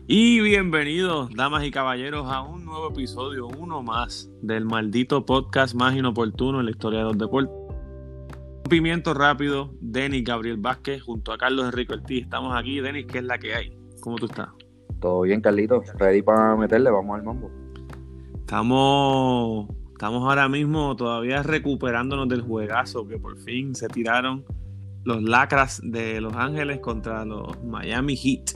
Y bienvenidos, damas y caballeros, a un nuevo episodio, uno más, del maldito podcast más inoportuno en la historia de los deportes. Pimiento rápido, Denis Gabriel Vázquez, junto a Carlos Enrique Ortiz. Estamos aquí. Denis, ¿qué es la que hay? ¿Cómo tú estás? Todo bien, Carlitos. Ready para meterle, vamos al mambo. Estamos ahora mismo todavía recuperándonos del juegazo que por fin se tiraron los Lacras de Los Ángeles contra los Miami Heat.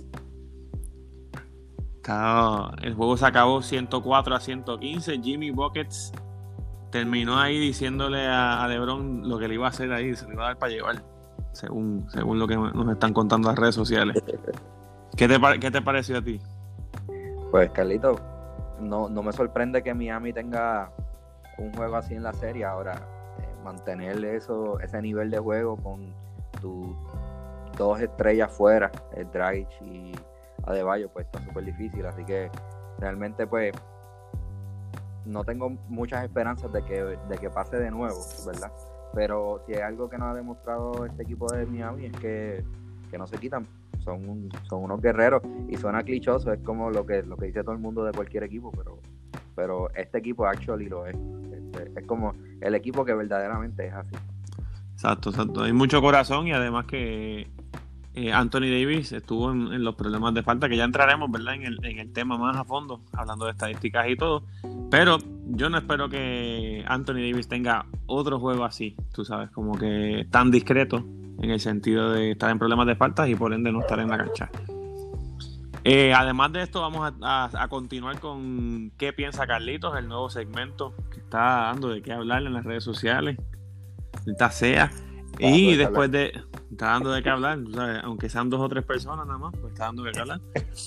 El juego se acabó 104-115. Jimmy Buckets terminó ahí diciéndole a LeBron lo que le iba a hacer ahí, se le iba a dar para llevar, según lo que nos están contando las redes sociales. ¿Qué te pareció a ti? Pues, Carlitos, no me sorprende que Miami tenga un juego así en la serie. Ahora, mantener ese nivel de juego con tus dos estrellas fuera, el Dragic y Adebayo, pues está súper difícil. Así que realmente, pues, no tengo muchas esperanzas de que pase de nuevo, ¿verdad? Pero si hay algo que nos ha demostrado este equipo de Miami es que no se quitan. Son unos guerreros y suena clichoso, es como lo que dice todo el mundo de cualquier equipo, pero este equipo actually lo es. Es como el equipo que verdaderamente es así. Exacto. Hay mucho corazón y además que Anthony Davis estuvo en los problemas de falta, que ya entraremos, ¿verdad?, en el tema más a fondo, hablando de estadísticas y todo. Pero yo no espero que Anthony Davis tenga otro juego así, tú sabes, como que tan discreto en el sentido de estar en problemas de faltas y por ende no estar en la cancha. Además de esto, vamos a continuar con ¿Qué piensa Carlitos?, el nuevo segmento que está dando de qué hablar en las redes sociales. Esta sea. Y después de... Está dando de qué hablar, ¿sabes? Aunque sean 2 o 3 personas nada más, pues está dando de qué hablar.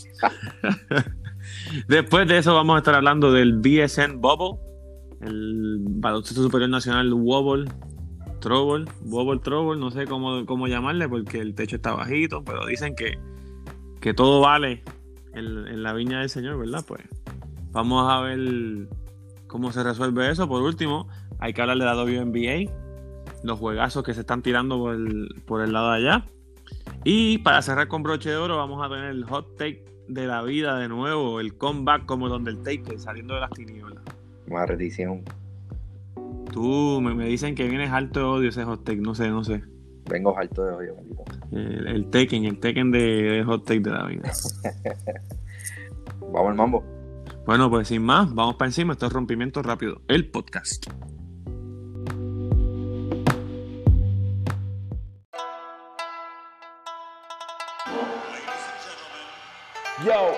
Después de eso vamos a estar hablando del BSN Bubble, el Baloncesto Superior Nacional Wobble Trouble, no sé cómo llamarle porque el techo está bajito, pero dicen que todo vale en la viña del Señor, ¿verdad? Pues vamos a ver cómo se resuelve eso. Por último, hay que hablar de la WNBA, los juegazos que se están tirando por el lado de allá. Y para cerrar con broche de oro, vamos a tener el hot take de la vida de nuevo, el comeback como el Undertaker, saliendo de las tinieblas. Maldición. Tú me dicen que vienes alto de odio ese hot take, no sé. Vengo harto de odio, Carlitos. El Tekken de hot take de la vida. Vamos al mambo. Bueno, pues sin más, vamos para encima. Esto es Rompimiento Rápido, el podcast. Yo.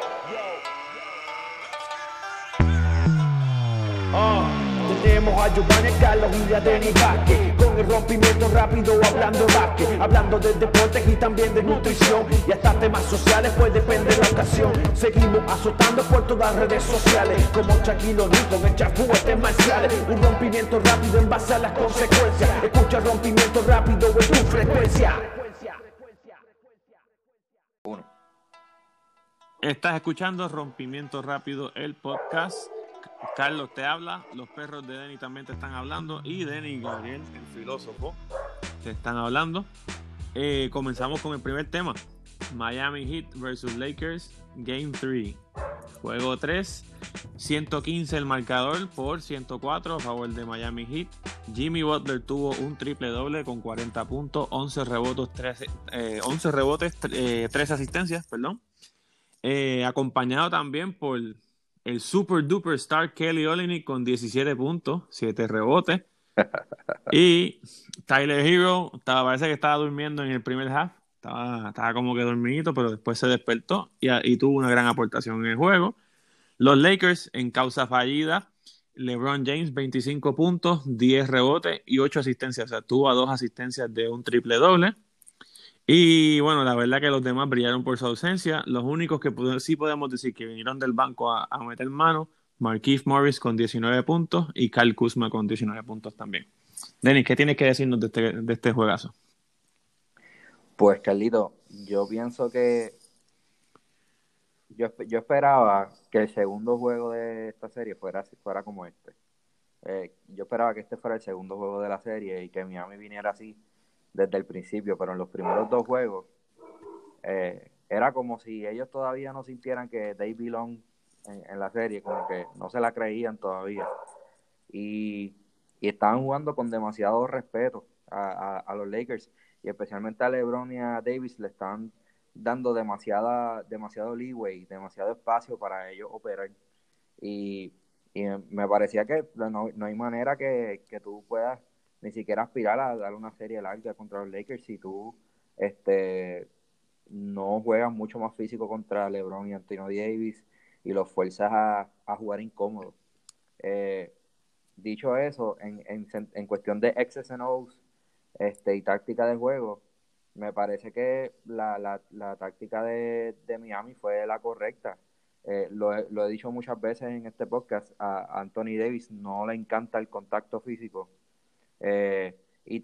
Tenemos a Giovanni Carlos y a Denis Vázquez con el rompimiento rápido, hablando básquet, hablando de deportes y también de nutrición y hasta temas sociales, pues depende de la ocasión. Seguimos azotando por todas las redes sociales como Shaquille O'Neal con el chafú, artes marciales. Un rompimiento rápido en base a las consecuencias. Escucha el rompimiento rápido en tu frecuencia. Estás escuchando Rompimiento Rápido, el podcast. Carlos te habla, los perros de Denis también te están hablando y Denis Gabriel, el filósofo, te están hablando. Comenzamos con el primer tema: Miami Heat versus Lakers, Game 3. Juego 3, 115 el marcador por 104 a favor de Miami Heat. Jimmy Butler tuvo un triple doble con 40 puntos, 11 rebotes, 13 asistencias, perdón. Acompañado también por el super duper star Kelly Olynyk con 17 puntos, 7 rebotes. Y Tyler Hero parece que estaba durmiendo en el primer half. Estaba como que dormidito, pero después se despertó y tuvo una gran aportación en el juego. Los Lakers en causa fallida. LeBron James 25 puntos, 10 rebotes y 8 asistencias. O sea, tuvo 2 asistencias de un triple doble. Y bueno, la verdad que los demás brillaron por su ausencia. Los únicos que sí podemos decir que vinieron del banco a meter mano: Markieff Morris con 19 puntos y Kyle Kuzma con 19 puntos también. Denis, ¿qué tienes que decirnos de este juegazo? Pues, Carlito, yo pienso que yo esperaba que el segundo juego de esta serie fuera como este. Yo esperaba que este fuera el segundo juego de la serie y que Miami viniera así desde el principio, pero en los primeros 2 juegos era como si ellos todavía no sintieran que they belong en la serie, como que no se la creían todavía. Y, y estaban jugando con demasiado respeto a los Lakers, y especialmente a LeBron y a Davis le estaban dando demasiado leeway, demasiado espacio para ellos operar. Y, y me parecía que no hay manera que tú puedas ni siquiera aspirar a dar una serie larga contra los Lakers si tú no juegas mucho más físico contra LeBron y Anthony Davis y los fuerzas a jugar incómodo. Eh, Dicho eso, en cuestión de X's and O's y táctica de juego, me parece que la táctica de Miami fue la correcta. Lo he dicho muchas veces en este podcast, a Anthony Davis no le encanta el contacto físico, y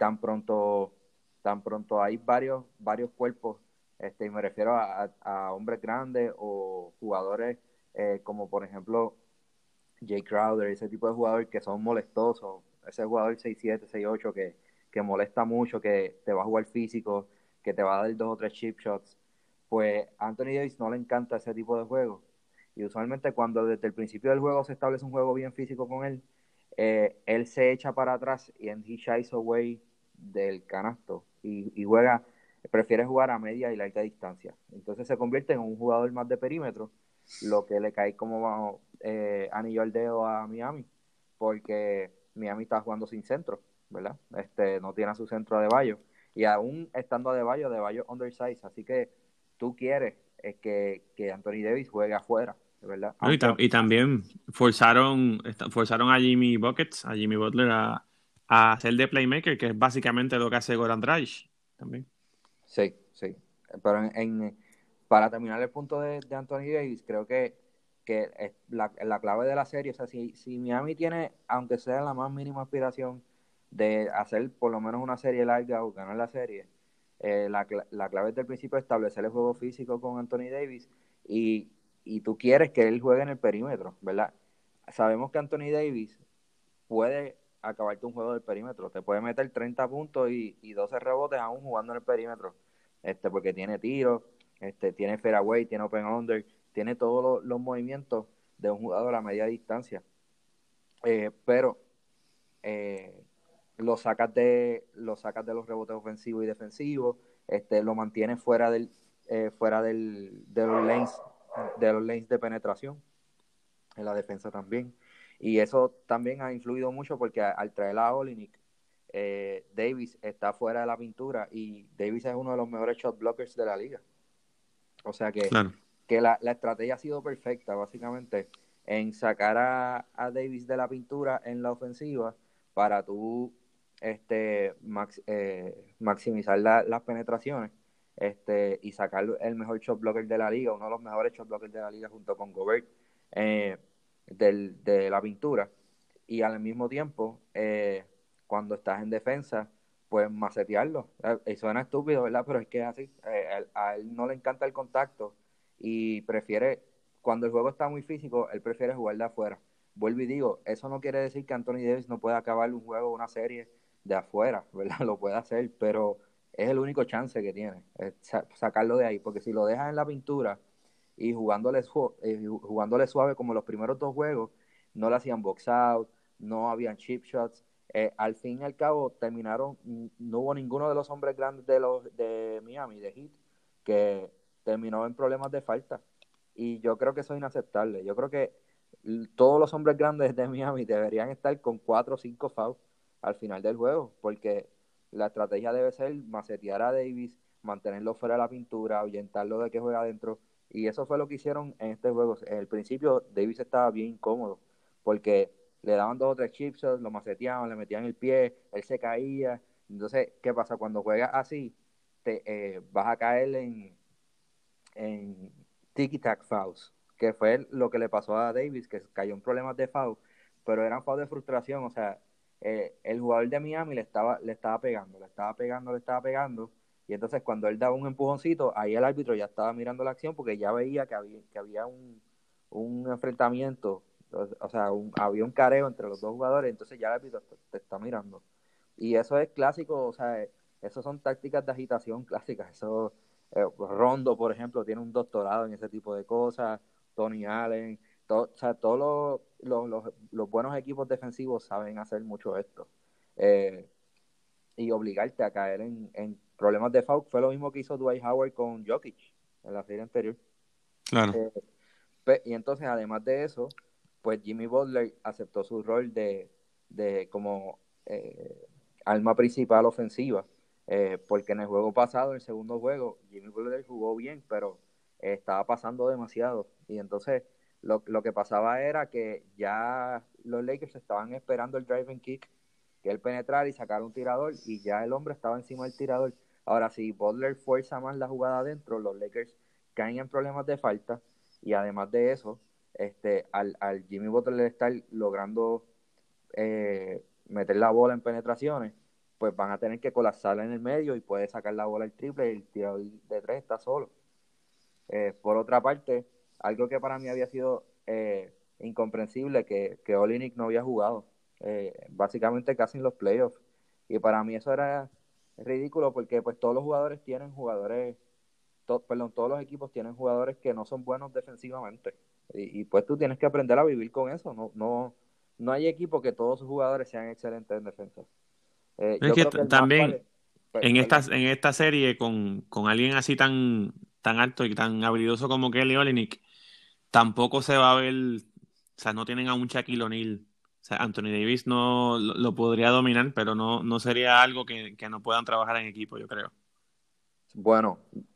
tan pronto hay varios cuerpos, y me refiero a hombres grandes o jugadores como por ejemplo Jay Crowder, ese tipo de jugadores que son molestosos, ese jugador 6'7", 6'8", que molesta mucho, que te va a jugar físico, que te va a dar 2 o 3 chip shots, pues a Anthony Davis no le encanta ese tipo de juego. Y usualmente cuando desde el principio del juego se establece un juego bien físico con él se echa para atrás y he shies away del canasto y prefiere jugar a media y larga distancia. Entonces se convierte en un jugador más de perímetro, lo que le cae como anillo al dedo a Miami, porque Miami está jugando sin centro, ¿verdad? No tiene a su centro a Adebayo, y aún estando Adebayo undersize, así que tú quieres que Anthony Davis juegue afuera, ¿verdad? ¿No? Aunque Y también forzaron a Jimmy Buckets, a Jimmy Butler, a hacer de playmaker, que es básicamente lo que hace Goran Dragic también. sí. Pero para terminar el punto de Anthony Davis, creo que es la clave de la serie. O sea, si Miami tiene, aunque sea la más mínima aspiración de hacer por lo menos una serie larga o ganar la serie, la clave desde el principio es establecer el juego físico con Anthony Davis, y, y tú quieres que él juegue en el perímetro, ¿verdad? Sabemos que Anthony Davis puede acabarte un juego del perímetro, te puede meter 30 puntos y 12 rebotes aún jugando en el perímetro, porque tiene tiro, tiene fadeaway, tiene open under, tiene todos los movimientos de un jugador a media distancia, pero lo sacas de los rebotes ofensivos y defensivos, lo mantienes fuera de los lanes de penetración en la defensa también. Y eso también ha influido mucho porque al traer a Olynyk, Davis está fuera de la pintura, y Davis es uno de los mejores shot blockers de la liga. O sea Claro. que la estrategia ha sido perfecta, básicamente, en sacar a Davis de la pintura en la ofensiva para tú maximizar las penetraciones, y sacar el mejor shot blocker de la liga, uno de los mejores shot blockers de la liga junto con Gobert, eh, de la pintura. Y al mismo tiempo, cuando estás en defensa, pues macetearlo. Suena estúpido, ¿verdad? Pero es que es así. A él no le encanta el contacto y prefiere, cuando el juego está muy físico, él prefiere jugar de afuera. Vuelvo y digo, eso no quiere decir que Anthony Davis no pueda acabar un juego o una serie de afuera, ¿verdad? Lo puede hacer, pero es el único chance que tiene, sacarlo de ahí, porque si lo dejas en la pintura y jugándole suave como los primeros 2 juegos, no le hacían box out, no habían chip shots. Al fin y al cabo terminaron, no hubo ninguno de los hombres grandes de Miami, de Heat, que terminó en problemas de falta. Y yo creo que eso es inaceptable. Yo creo que todos los hombres grandes de Miami deberían estar con 4 o 5 fouls al final del juego, porque la estrategia debe ser macetear a Davis, mantenerlo fuera de la pintura, ahuyentarlo de que juega adentro. Y eso fue lo que hicieron en este juego. En el principio Davis estaba bien incómodo, porque le daban 2 o 3 chips, lo maceteaban, le metían el pie, él se caía. Entonces, ¿qué pasa? Cuando juegas así, vas a caer en tiki-tac fouls, que fue lo que le pasó a Davis, que cayó en problemas de foul, pero eran fouls de frustración. O sea, el jugador de Miami le estaba pegando, y entonces cuando él daba un empujoncito, ahí el árbitro ya estaba mirando la acción porque ya veía que había un enfrentamiento, o sea, había un careo entre los dos jugadores, entonces ya el árbitro te está mirando. Y eso es clásico, o sea, eso son tácticas de agitación clásicas, eso Rondo, por ejemplo, tiene un doctorado en ese tipo de cosas. Tony Allen, o sea, todos los buenos equipos defensivos saben hacer mucho esto. Y obligarte a caer en problemas de foul. Fue lo mismo que hizo Dwight Howard con Jokic en la serie anterior. Claro. Y entonces, además de eso, pues Jimmy Butler aceptó su rol de como arma principal ofensiva, porque en el juego pasado, en el segundo juego, Jimmy Butler jugó bien, pero estaba pasando demasiado. Y entonces lo que pasaba era que ya los Lakers estaban esperando el drive and kick, que él penetrara y sacara un tirador, y ya el hombre estaba encima del tirador. Ahora, si Butler fuerza más la jugada adentro, los Lakers caen en problemas de falta, y además de eso, al Jimmy Butler estar logrando meter la bola en penetraciones, pues van a tener que colapsarla en el medio y puede sacar la bola al triple y el tirador de tres está solo. Por otra parte, algo que para mí había sido incomprensible, que Olynyk no había jugado, básicamente casi en los playoffs. Y para mí eso era ridículo porque pues todos los jugadores tienen jugadores, todos los equipos tienen jugadores que no son buenos defensivamente. Y pues tú tienes que aprender a vivir con eso. No hay equipo que todos sus jugadores sean excelentes en defensa. Es Yo que creo que el más también en perdón. esta serie con alguien así tan alto y tan habilidoso como Kelly Olynyk, tampoco se va a ver, o sea, no tienen a un Shaquille O'Neal. O sea, Anthony Davis no lo podría dominar, pero no sería algo que no puedan trabajar en equipo, yo creo. Bueno,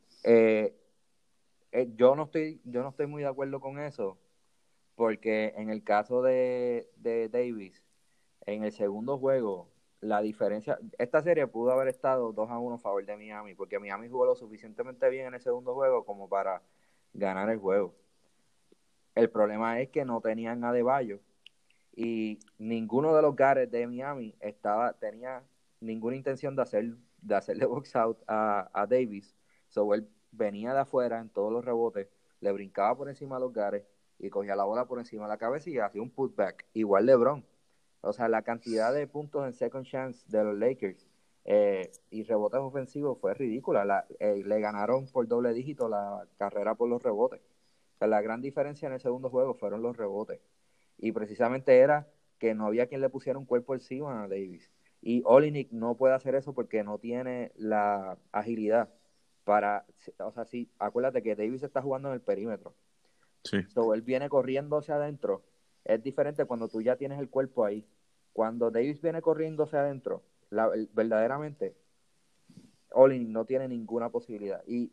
yo no estoy muy de acuerdo con eso, porque en el caso de Davis, en el segundo juego, la diferencia, esta serie pudo haber estado 2-1 a favor de Miami, porque Miami jugó lo suficientemente bien en el segundo juego como para ganar el juego. El problema es que no tenían a Adebayo y ninguno de los guards de Miami tenía ninguna intención de hacerle box out a Davis. So él venía de afuera en todos los rebotes, le brincaba por encima de los guards y cogía la bola por encima de la cabeza y hacía un putback. Igual LeBron. O sea, la cantidad de puntos en second chance de los Lakers y rebotes ofensivos fue ridícula. Le ganaron por doble dígito la carrera por los rebotes. O sea, la gran diferencia en el segundo juego fueron los rebotes. Y precisamente era que no había quien le pusiera un cuerpo encima a Davis. Y Olynyk no puede hacer eso porque no tiene la agilidad para, o sea, sí, acuérdate que Davis está jugando en el perímetro. Sí. So, él viene corriendo hacia adentro. Es diferente cuando tú ya tienes el cuerpo ahí. Cuando Davis viene corriendo hacia adentro, verdaderamente, Olynyk no tiene ninguna posibilidad. Y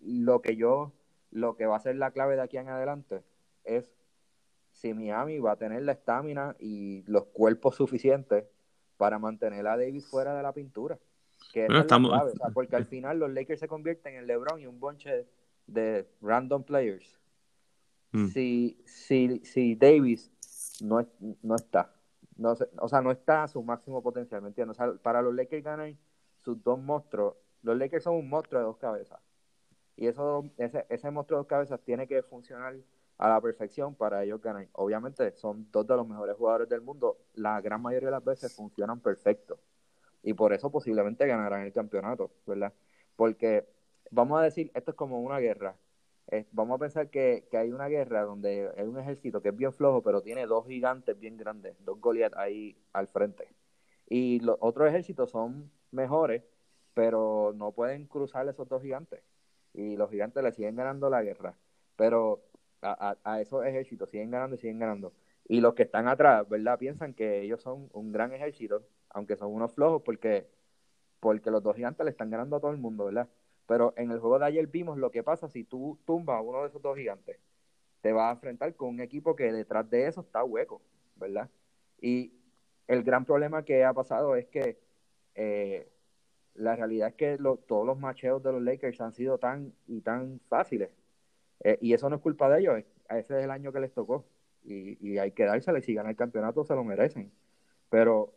lo que va a ser la clave de aquí en adelante es si Miami va a tener la estamina y los cuerpos suficientes para mantener a Davis fuera de la pintura. Que Bueno, esa es la estamos. clave, o sea, porque al final los Lakers se convierten en LeBron y un bonche de random players. Mm. Si Davis no, no está, o sea, no está a su máximo potencial, ¿me entiendes? O sea, para los Lakers ganan sus dos monstruos. Los Lakers son un monstruo de dos cabezas. Y ese monstruo de dos cabezas tiene que funcionar a la perfección para ellos ganar. Obviamente son dos de los mejores jugadores del mundo. La gran mayoría de las veces funcionan perfecto. Y por eso posiblemente ganarán el campeonato, ¿verdad? Porque vamos a decir, esto es como una guerra. Vamos a pensar que hay una guerra donde hay un ejército que es bien flojo, pero tiene dos gigantes bien grandes, dos Goliath ahí al frente. Y los otros ejércitos son mejores, pero no pueden cruzar esos dos gigantes. Y los gigantes le siguen ganando la guerra. Pero a esos ejércitos siguen ganando y siguen ganando. Y los que están atrás, ¿verdad? Piensan que ellos son un gran ejército, aunque son unos flojos porque los dos gigantes le están ganando a todo el mundo, ¿verdad? Pero en el juego de ayer vimos lo que pasa si tú tumbas a uno de esos dos gigantes. Te vas a enfrentar con un equipo que detrás de eso está hueco, ¿verdad? Y el gran problema que ha pasado es que eh, la realidad es que todos los macheos de los Lakers han sido tan y tan fáciles. Y eso no es culpa de ellos, ese es el año que les tocó. Y hay que dársela, y si ganan el campeonato se lo merecen. Pero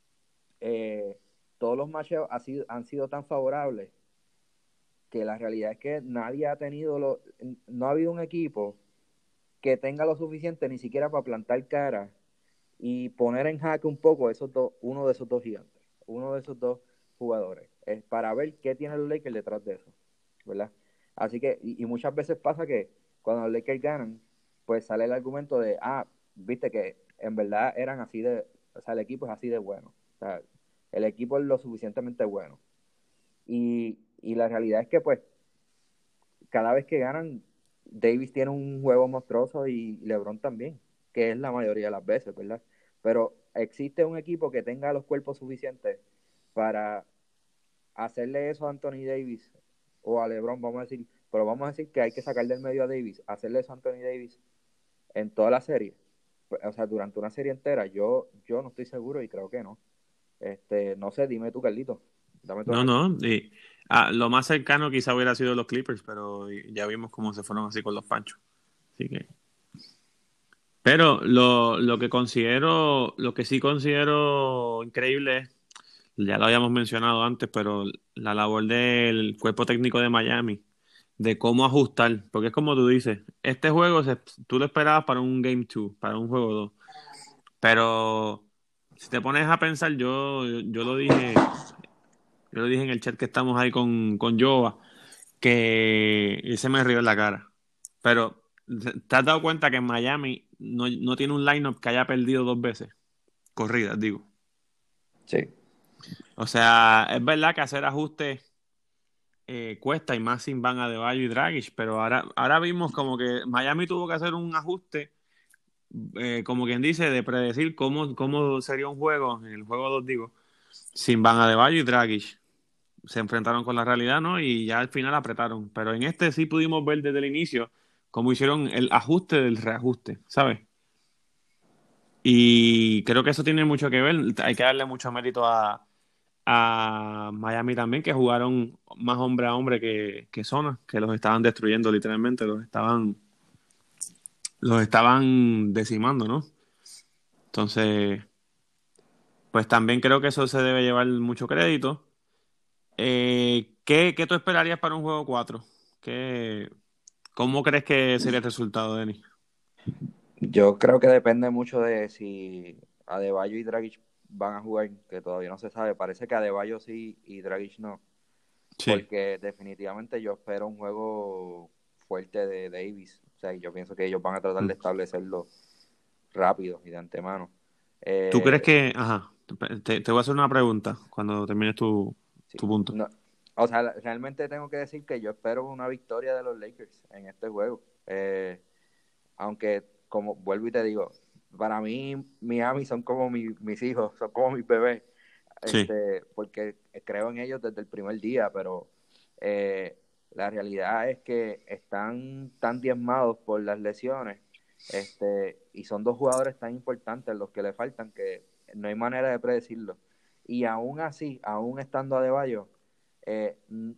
todos los macheos han sido tan favorables que la realidad es que nadie ha tenido, no ha habido un equipo que tenga lo suficiente ni siquiera para plantar cara y poner en jaque un poco uno de esos dos gigantes, uno de esos dos jugadores, para ver qué tienen los Lakers detrás de eso, ¿verdad? Así que, y muchas veces pasa que cuando los Lakers ganan, pues sale el argumento de, viste que en verdad eran así de, o sea, el equipo es así de bueno. O sea, el equipo es lo suficientemente bueno. Y la realidad es que, pues, cada vez que ganan, Davis tiene un juego monstruoso y LeBron también, que es la mayoría de las veces, ¿verdad? Pero existe un equipo que tenga los cuerpos suficientes para hacerle eso a Anthony Davis o a LeBron, vamos a decir, pero vamos a decir que hay que sacar del medio a Davis, hacerle eso a Anthony Davis en toda la serie, o sea, durante una serie entera, yo no estoy seguro y creo que no. No sé, dime tú, Carlito. Dame tu No, análisis. no. Lo más cercano quizá hubiera sido los Clippers, pero ya vimos cómo se fueron así con los Panchos. Así que. Pero lo que sí considero increíble es, ya lo habíamos mencionado antes, pero la labor del cuerpo técnico de Miami, de cómo ajustar, porque es como tú dices, este juego tú lo esperabas para un Game 2, para un juego 2, pero si te pones a pensar, yo lo dije en el chat que estamos ahí con Jova, que él se me rió en la cara. Pero, ¿te has dado cuenta que en Miami no tiene un lineup que haya perdido 2 veces? Corridas, digo. Sí. O sea, es verdad que hacer ajustes cuesta y más sin Van Adebayo y Dragic, pero ahora vimos como que Miami tuvo que hacer un ajuste, como quien dice, de predecir cómo sería un juego, en el juego 2 digo, sin Van Adebayo y Dragic. Se enfrentaron con la realidad, ¿no? Y ya al final apretaron. Pero en este sí pudimos ver desde el inicio cómo hicieron el ajuste del reajuste, ¿sabes? Y creo que eso tiene mucho que ver. Hay que darle mucho mérito a Miami también, que jugaron más hombre a hombre que zona, que los estaban destruyendo literalmente, los estaban decimando, ¿no? Entonces, pues también creo que eso se debe llevar mucho crédito. ¿Qué tú esperarías para un juego 4? ¿Cómo crees que sería el resultado, Denis? Yo creo que depende mucho de si Adebayo y Dragic van a jugar, que todavía no se sabe. Parece que Adebayo sí y Dragic no, Sí. porque definitivamente yo espero un juego fuerte de Davis. O sea, yo pienso que ellos van a tratar de establecerlo rápido y de antemano. ¿Tú crees Eh, que... Ajá, te voy a hacer una pregunta cuando termines tu, sí, tu punto. no, o sea, realmente tengo que decir que yo espero una victoria de los Lakers en este juego. Aunque, como vuelvo y te digo, para mí Miami son como mis hijos, son como mis bebés, Sí, porque creo en ellos desde el primer día, pero eh, la realidad es que están tan diezmados por las lesiones, y son dos jugadores tan importantes los que le faltan que no hay manera de predecirlo. Y aún así, aún estando Adebayo, eh,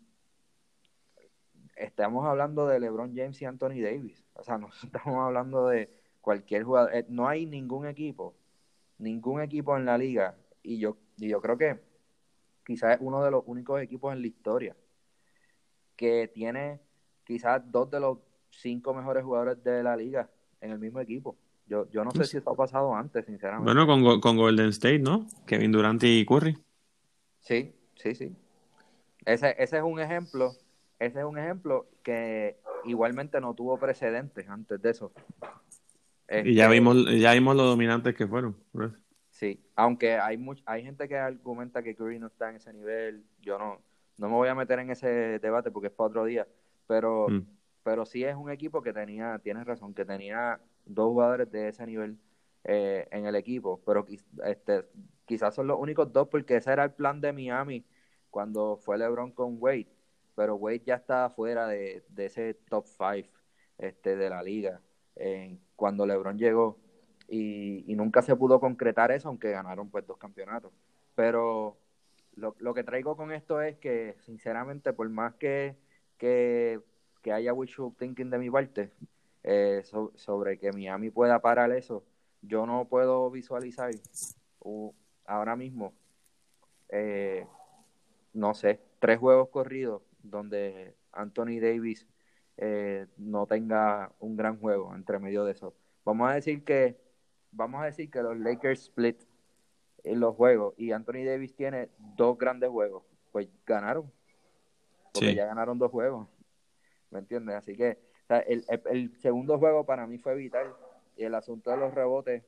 estamos hablando de LeBron James y Anthony Davis. O sea, no estamos hablando de cualquier jugador. No hay ningún equipo en la liga. Y yo creo que quizás es uno de los únicos equipos en la historia que tiene quizás dos de los 5 mejores jugadores de la liga en el mismo equipo. Yo no sé si pues, eso ha pasado antes, bueno, sinceramente. con Golden State, ¿no? Kevin Durant y Curry. Sí, sí, sí. Ese es un ejemplo. Ese es un ejemplo que igualmente no tuvo precedentes antes de eso. Y ya Este, vimos, ya vimos lo dominantes que fueron. Por eso. Sí, aunque hay gente que argumenta que Curry no está en ese nivel, yo no me voy a meter en ese debate porque es para otro día, pero, Mm. pero sí es un equipo que tienes razón, que tenía dos jugadores de ese nivel en el equipo, pero quizás son los únicos dos porque ese era el plan de Miami cuando fue LeBron con Wade, pero Wade ya estaba fuera de ese top 5 de la liga cuando LeBron llegó y nunca se pudo concretar eso, aunque ganaron pues 2 campeonatos. Pero lo que traigo con esto es que, sinceramente, por más que, que haya wishful thinking de mi parte sobre que Miami pueda parar eso, yo no puedo visualizar ahora mismo, eh, no sé, 3 juegos corridos donde Anthony Davis no tenga un gran juego entre medio de eso. Vamos a decir que los Lakers split en los juegos y Anthony Davis tiene 2 grandes juegos, pues ganaron, porque Sí. ya ganaron 2 juegos. ¿me entiendes? Así que o sea, el segundo juego para mí fue vital y el asunto de los rebotes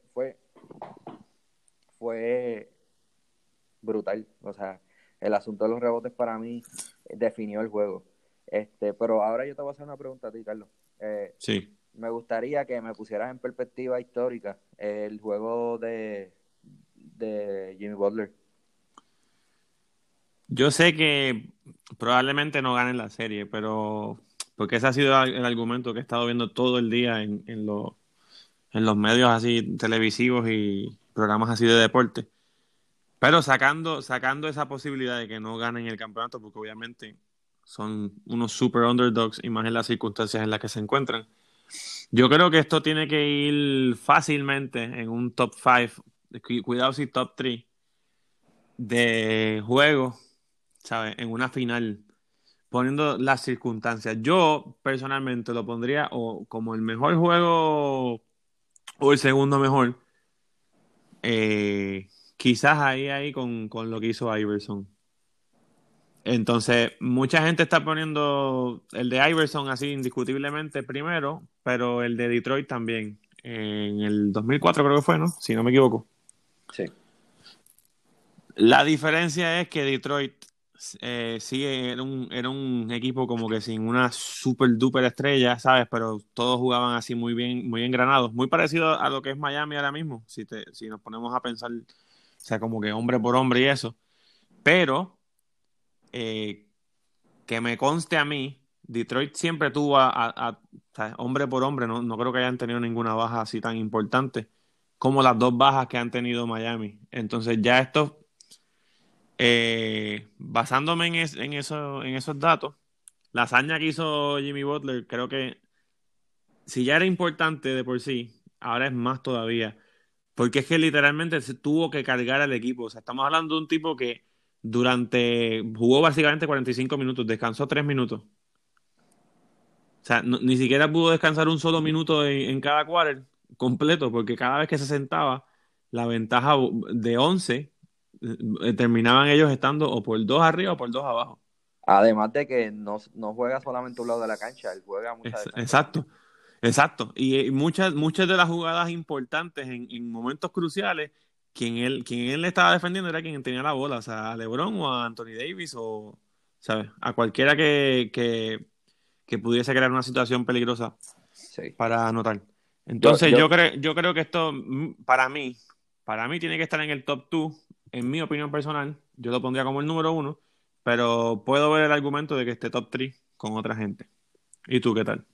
fue brutal. O sea, el asunto de los rebotes para mí definió el juego. Pero ahora yo te voy a hacer una pregunta a ti, Carlos. Sí. Me gustaría que me pusieras en perspectiva histórica el juego de Jimmy Butler. Yo sé que probablemente no ganen la serie, pero porque ese ha sido el argumento que he estado viendo todo el día en los medios así televisivos y programas así de deporte. Pero sacando esa posibilidad de que no ganen el campeonato, porque obviamente son unos super underdogs y más en las circunstancias en las que se encuentran. Yo creo que esto tiene que ir fácilmente en un top 5, cuidado si top 3 de juego, ¿sabes? En una final, poniendo las circunstancias. Yo personalmente lo pondría o como el mejor juego o el segundo mejor. Quizás ahí con lo que hizo Iverson. Entonces, mucha gente está poniendo el de Iverson así indiscutiblemente primero, pero el de Detroit también. En el 2004 creo que fue, ¿no? Si no me equivoco. Sí. La diferencia es que Detroit sí era un equipo como que sin una super duper estrella, ¿sabes? Pero todos jugaban así muy bien, muy engranados. Muy parecido a lo que es Miami ahora mismo, si nos ponemos a pensar, o sea, como que hombre por hombre y eso. Pero que me conste a mí, Detroit siempre tuvo o sea, hombre por hombre, no creo que hayan tenido ninguna baja así tan importante como las dos bajas que han tenido Miami. Entonces ya esto, basándome en esos datos, la hazaña que hizo Jimmy Butler, creo que si ya era importante de por sí, ahora es más todavía. Porque es que literalmente se tuvo que cargar al equipo. O sea, estamos hablando de un tipo que jugó básicamente 45 minutos, descansó 3 minutos. O sea, ni siquiera pudo descansar un solo minuto en cada quarter completo, porque cada vez que se sentaba, la ventaja de 11 terminaban ellos estando o por 2 arriba o por 2 abajo. Además de que no juega solamente un lado de la cancha, él juega mucha defensa Exacto, también. exacto. Y muchas de las jugadas importantes en momentos cruciales, quien él estaba defendiendo era quien tenía la bola, o sea, a LeBron o a Anthony Davis o, ¿sabes? A cualquiera que pudiese crear una situación peligrosa Sí. para anotar. Yo, Entonces yo, yo creo que esto para mí tiene que estar en el top 2, en mi opinión personal. Yo lo pondría como el número 1, pero puedo ver el argumento de que esté top 3 con otra gente. ¿Y tú qué tal?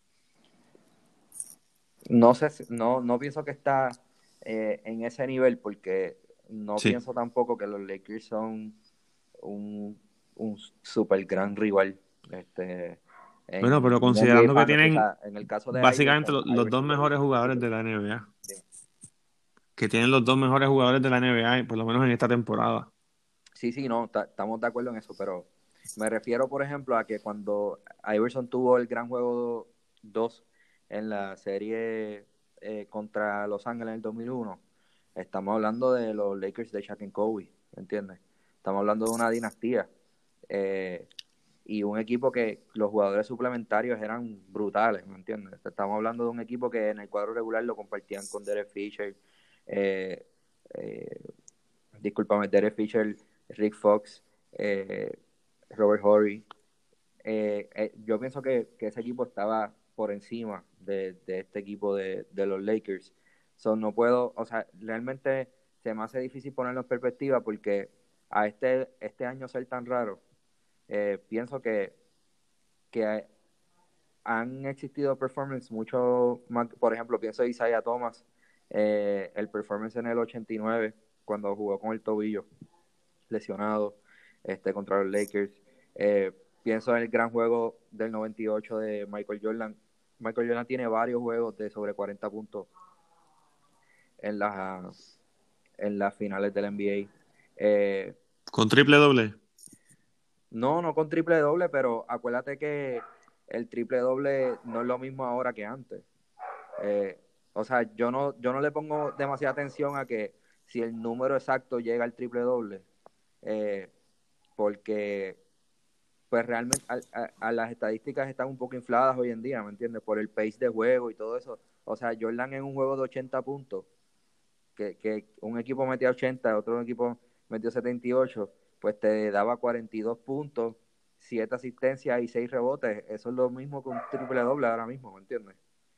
no sé, no pienso que está en ese nivel porque no Sí. pienso tampoco que los Lakers son un super gran rival Bueno, pero en NBA considerando que Finals. O tienen sea, en el caso de básicamente los dos Iverson lo mejores hizo jugadores súper de la bien. NBA, Sí. que tienen los dos mejores jugadores de la NBA, por lo menos en esta temporada. Sí, no, estamos de acuerdo en eso, pero me refiero, por ejemplo, a que cuando Iverson tuvo el gran juego 2 en la serie contra Los Ángeles en el 2001, estamos hablando de los Lakers de Shaq and Kobe, ¿me entiendes? Estamos hablando de una dinastía eh, y un equipo que los jugadores suplementarios eran brutales, ¿me entiendes? Estamos hablando de un equipo que en el cuadro regular lo compartían con Derek Fisher, eh, eh, discúlpame, Derek Fisher, Rick Fox, Robert Horry. Yo pienso que ese equipo estaba por encima de este equipo de los Lakers. No puedo, o sea, realmente se me hace difícil ponerlo en perspectiva porque a este año ser tan raro, pienso que han existido performances mucho más, por ejemplo, pienso en Isaiah Thomas, el performance en el 89 cuando jugó con el tobillo lesionado contra los Lakers. Pienso en el gran juego del 98 de Michael Jordan. Michael Jordan tiene varios juegos de sobre 40 puntos en las finales del NBA. Con triple doble. No con triple doble, pero acuérdate que el triple doble no es lo mismo ahora que antes. O sea, yo no le pongo demasiada atención a que si el número exacto llega al triple doble, porque pues realmente a las estadísticas están un poco infladas hoy en día, ¿me entiendes? Por el pace de juego y todo eso. O sea, Jordan en un juego de 80 puntos, que un equipo metía 80, otro equipo metió 78, pues te daba 42 puntos, 7 asistencias y 6 rebotes. Eso es lo mismo que un triple doble ahora mismo, ¿me entiendes?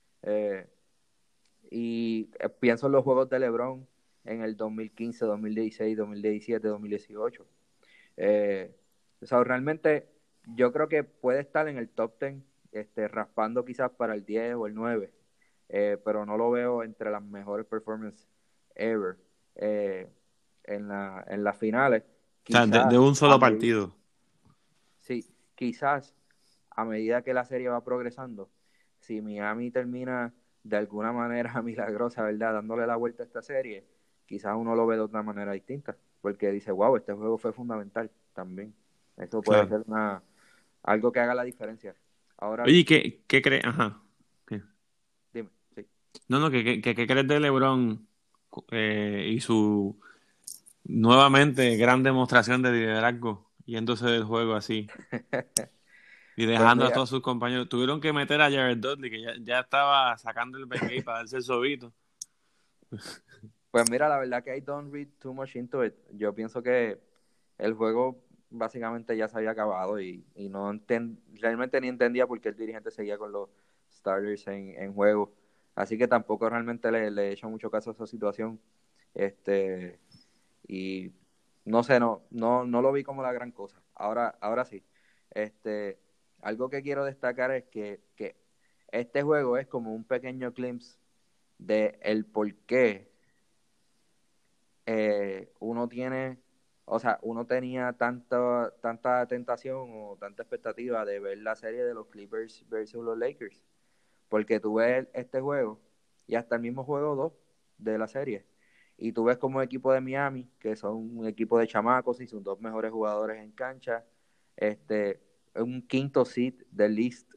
Y pienso en los juegos de LeBron en el 2015, 2016, 2017, 2018. O sea, realmente yo creo que puede estar en el top 10, raspando quizás para el 10 o el 9, pero no lo veo entre las mejores performances ever en las finales. O sea, Quizás de un solo partido. Sí, quizás a medida que la serie va progresando, si Miami termina de alguna manera milagrosa, ¿verdad?, dándole la vuelta a esta serie, quizás uno lo ve de otra manera distinta, porque dice, wow, este juego fue fundamental también. Eso puede ser algo que haga la diferencia. Ahora Oye, bien, ¿qué crees? Ajá. ¿Qué? dime, sí. No, ¿qué crees de LeBron y su nuevamente gran demostración de liderazgo yéndose del juego así y Pues dejando a mira, todos sus compañeros? Tuvieron que meter a Jared Dudley, que ya estaba sacando el Bengay para darse el sobito. la verdad que I don't read too much into it. Yo pienso que el juego básicamente ya se había acabado y no realmente ni entendía por qué el dirigente seguía con los starters en juego. Así que tampoco realmente le he hecho mucho caso a esa situación. Y no sé, no lo vi como la gran cosa. Ahora sí. Algo que quiero destacar es que este juego es como un pequeño glimpse de el por qué uno tenía tanta tentación o tanta expectativa de ver la serie de los Clippers versus los Lakers. Porque tú ves este juego y hasta el mismo juego 2 de la serie. Y tú ves como equipo de Miami, que son un equipo de chamacos y sus dos mejores jugadores en cancha, un quinto seed del East,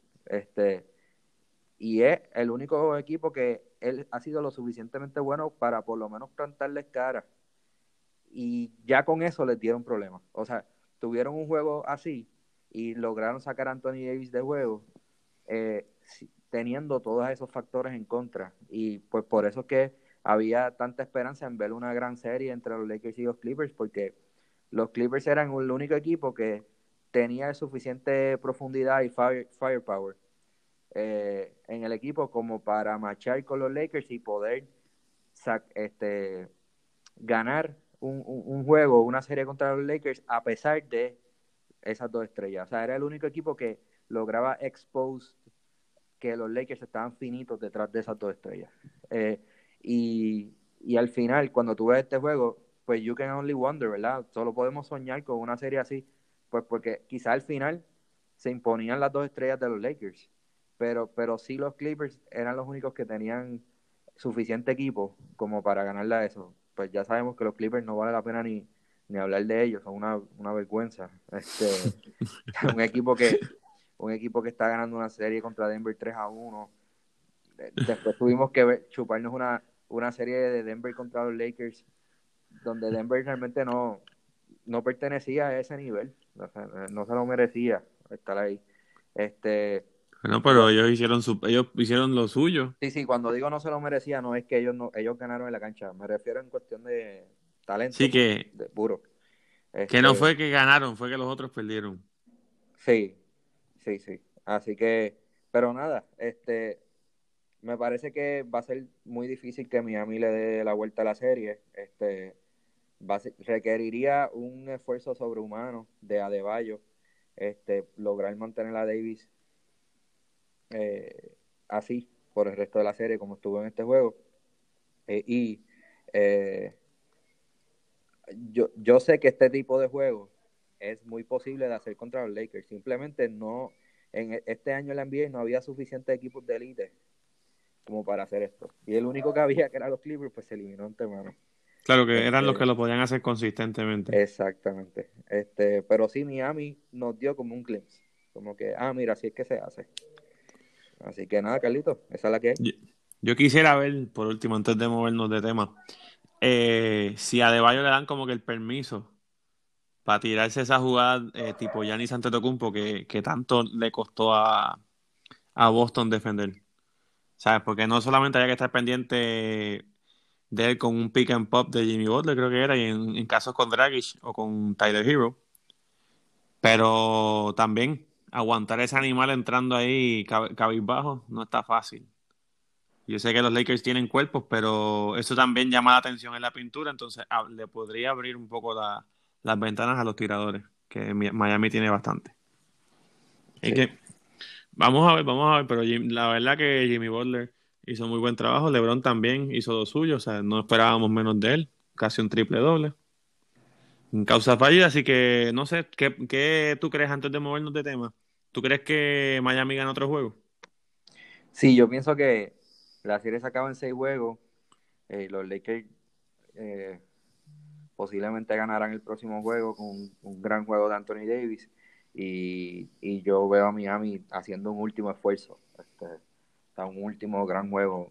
y es el único equipo que él ha sido lo suficientemente bueno para por lo menos plantarles cara, y ya con eso les dieron problemas. O sea, tuvieron un juego así y lograron sacar a Anthony Davis de juego, teniendo todos esos factores en contra. Y pues por eso es que había tanta esperanza en ver una gran serie entre los Lakers y los Clippers, porque los Clippers eran el único equipo que tenía suficiente profundidad y firepower en el equipo como para marchar con los Lakers y poder ganar un juego, una serie contra los Lakers a pesar de esas dos estrellas. O sea, era el único equipo que lograba expose que los Lakers estaban finitos detrás de esas dos estrellas. Y al final, cuando tú ves este juego, pues you can only wonder, ¿verdad? Solo podemos soñar con una serie así, pues porque quizá al final se imponían las dos estrellas de los Lakers, pero sí los Clippers eran los únicos que tenían suficiente equipo como para ganarle a eso. Pues ya sabemos que los Clippers no vale la pena ni hablar de ellos, son una vergüenza. Un equipo que está ganando una serie contra Denver 3-1. Después tuvimos que chuparnos una serie de Denver contra los Lakers, donde Denver realmente no pertenecía a ese nivel. O sea, no se lo merecía estar ahí. Bueno, pero ellos hicieron lo suyo. Sí, cuando digo no se lo merecía, no es que ellos ganaron en la cancha. Me refiero en cuestión de talento Sí, puro. que no fue que ganaron, fue que los otros perdieron. Sí. Así que, pero nada, me parece que va a ser muy difícil que Miami le dé la vuelta a la serie. Requeriría un esfuerzo sobrehumano de Adebayo, lograr mantener a Davis así por el resto de la serie como estuvo en este juego. Y yo sé que este tipo de juego es muy posible de hacer contra los Lakers. Simplemente no, en este año en la NBA no había suficientes equipos de élite como para hacer esto. Y el único que había, que eran los Clippers, pues se eliminó antemano. Claro que eran los que lo podían hacer consistentemente. Exactamente. Pero sí, Miami nos dio como un glimpse. Como que, mira, así es que se hace. Así que nada, Carlito, esa es la que es. Yo quisiera ver, por último, antes de movernos de tema, si a Adebayo le dan como que el permiso para tirarse esa jugada tipo Giannis Antetokounmpo que tanto le costó a Boston defender. ¿Sabes? Porque no solamente había que estar pendiente de él con un pick and pop de Jimmy Butler, creo que era, y en casos con Dragic o con Tyler Hero, pero también aguantar ese animal entrando ahí cabizbajo no está fácil. Yo sé que los Lakers tienen cuerpos, pero eso también llama la atención en la pintura, entonces le podría abrir un poco las ventanas a los tiradores, que Miami tiene bastante. Así Sí. que vamos a ver, pero la verdad que Jimmy Butler hizo muy buen trabajo, LeBron también hizo lo suyo, o sea, no esperábamos menos de él, casi un triple doble. En causa fallida, así que no sé, ¿qué tú crees antes de movernos de tema? ¿Tú crees que Miami gana otro juego? Sí, yo pienso que la serie se acaba en 6 juegos. Los Lakers eh, posiblemente ganarán el próximo juego con un gran juego de Anthony Davis. Y yo veo a Miami haciendo un último esfuerzo, un último gran juego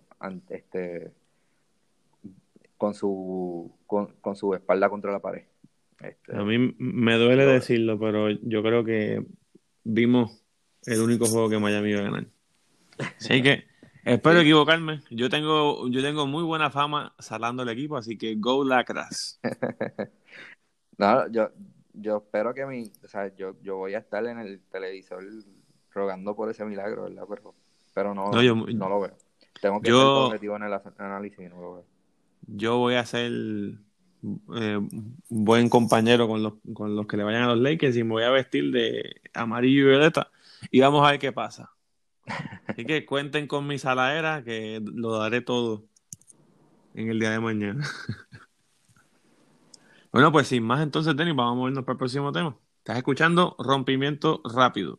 con su espalda contra la pared. A mí me duele Yo, decirlo, pero yo creo que vimos el único juego que Miami iba a ganar. Así que espero sí, equivocarme. Yo tengo muy buena fama salando el equipo, así que go Lacras. no, yo espero que o sea, yo voy a estar en el televisor rogando por ese milagro, ¿verdad? Pero No, no lo veo. Tengo que ser yo, objetivo en el análisis y no lo veo. yo voy a ser un buen compañero con los que le vayan a los Lakers y me voy a vestir de amarillo y violeta y vamos a ver qué pasa. Así que cuenten con mi saladera que lo daré todo en el día de mañana. Bueno, pues sin más entonces, Denis, vamos a movernos para el próximo tema. Estás escuchando Rompimiento Rápido.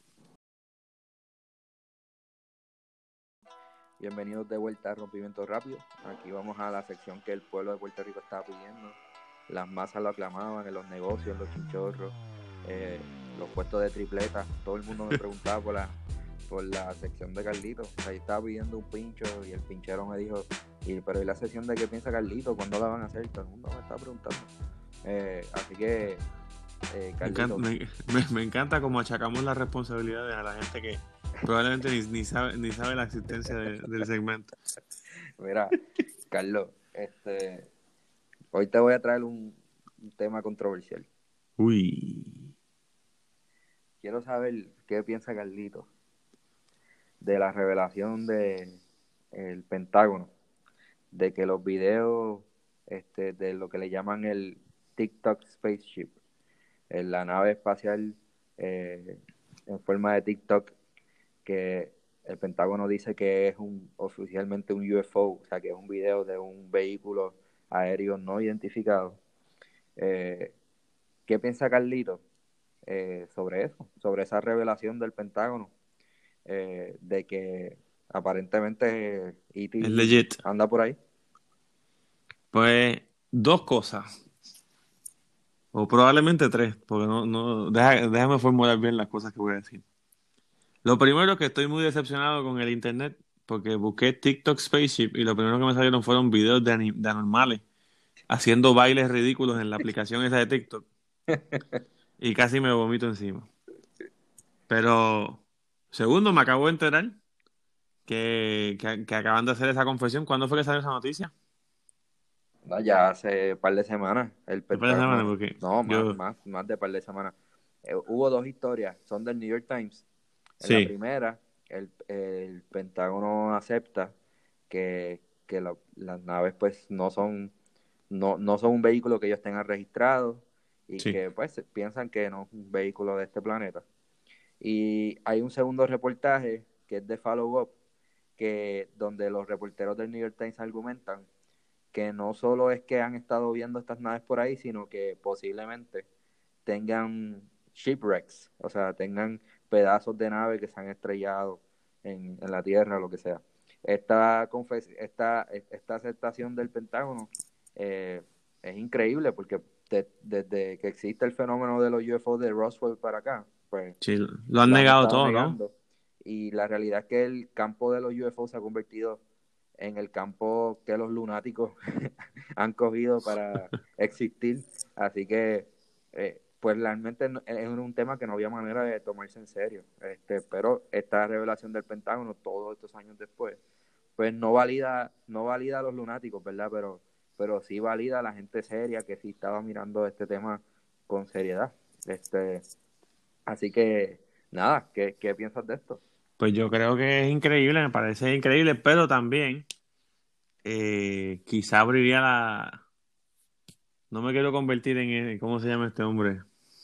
Bienvenidos de vuelta a Rompimiento Rápido. Aquí vamos a la sección que el pueblo de Puerto Rico estaba pidiendo. Las masas lo aclamaban en los negocios, en los chinchorros, los puestos de tripleta. Todo el mundo me preguntaba por la sección de Carlito. O sea, yo estaba pidiendo un pincho y el pinchero me dijo, pero ¿y la sección de qué piensa Carlito? ¿Cuándo la van a hacer? Todo el mundo me está preguntando. Así que, Carlito. Me encanta cómo achacamos las responsabilidades a la gente que probablemente ni sabe la existencia del segmento. Mira, Carlos, hoy te voy a traer un tema controversial. Uy. Quiero saber qué piensa Carlito de la revelación de el Pentágono, de que los videos de lo que le llaman el TikTok Spaceship, la nave espacial en forma de TikTok, que el Pentágono dice que es oficialmente un UFO, o sea que es un video de un vehículo aéreo no identificado. ¿Qué piensa Carlito sobre eso, sobre esa revelación del Pentágono, de que aparentemente E.T. Es legit. anda por ahí? Pues dos cosas. O probablemente tres, porque déjame formular bien las cosas que voy a decir. Lo primero es que estoy muy decepcionado con el internet, porque busqué TikTok Spaceship y lo primero que me salieron fueron videos de anormales haciendo bailes ridículos en la aplicación esa de TikTok y casi me vomito encima. Pero, segundo, me acabo de enterar que acaban de hacer esa confesión. ¿Cuándo fue que salió esa noticia? No, ya hace un par de semanas el Hace varias semanas, Pentágono, porque no, yo... más de un par de semanas. Hubo dos historias, son del New York Times. En la Sí, primera, el Pentágono acepta que las naves pues no son un vehículo que ellos tengan registrado y sí. que pues piensan que no es un vehículo de este planeta. Y hay un segundo reportaje que es de Follow Up, donde los reporteros del New York Times argumentan que no solo es que han estado viendo estas naves por ahí, sino que posiblemente tengan shipwrecks, o sea, tengan pedazos de nave que se han estrellado en la Tierra, lo que sea. Esta aceptación del Pentágono es increíble porque desde que existe el fenómeno de los UFO de Roswell para acá, pues Sí, lo han lo han negado estado todo, ¿no? negando. Y la realidad es que el campo de los UFO se ha convertido en el campo que los lunáticos han cogido para existir. Así que pues realmente es un tema que no había manera de tomarse en serio. Pero esta revelación del Pentágono, todos estos años después, pues no valida a los lunáticos, ¿verdad? Pero sí valida a la gente seria que sí estaba mirando este tema con seriedad. Así que, nada, ¿qué piensas de esto? Pues yo creo que es increíble, me parece increíble, pero también quizá abriría la... No me quiero convertir en... ¿Cómo se llama este hombre?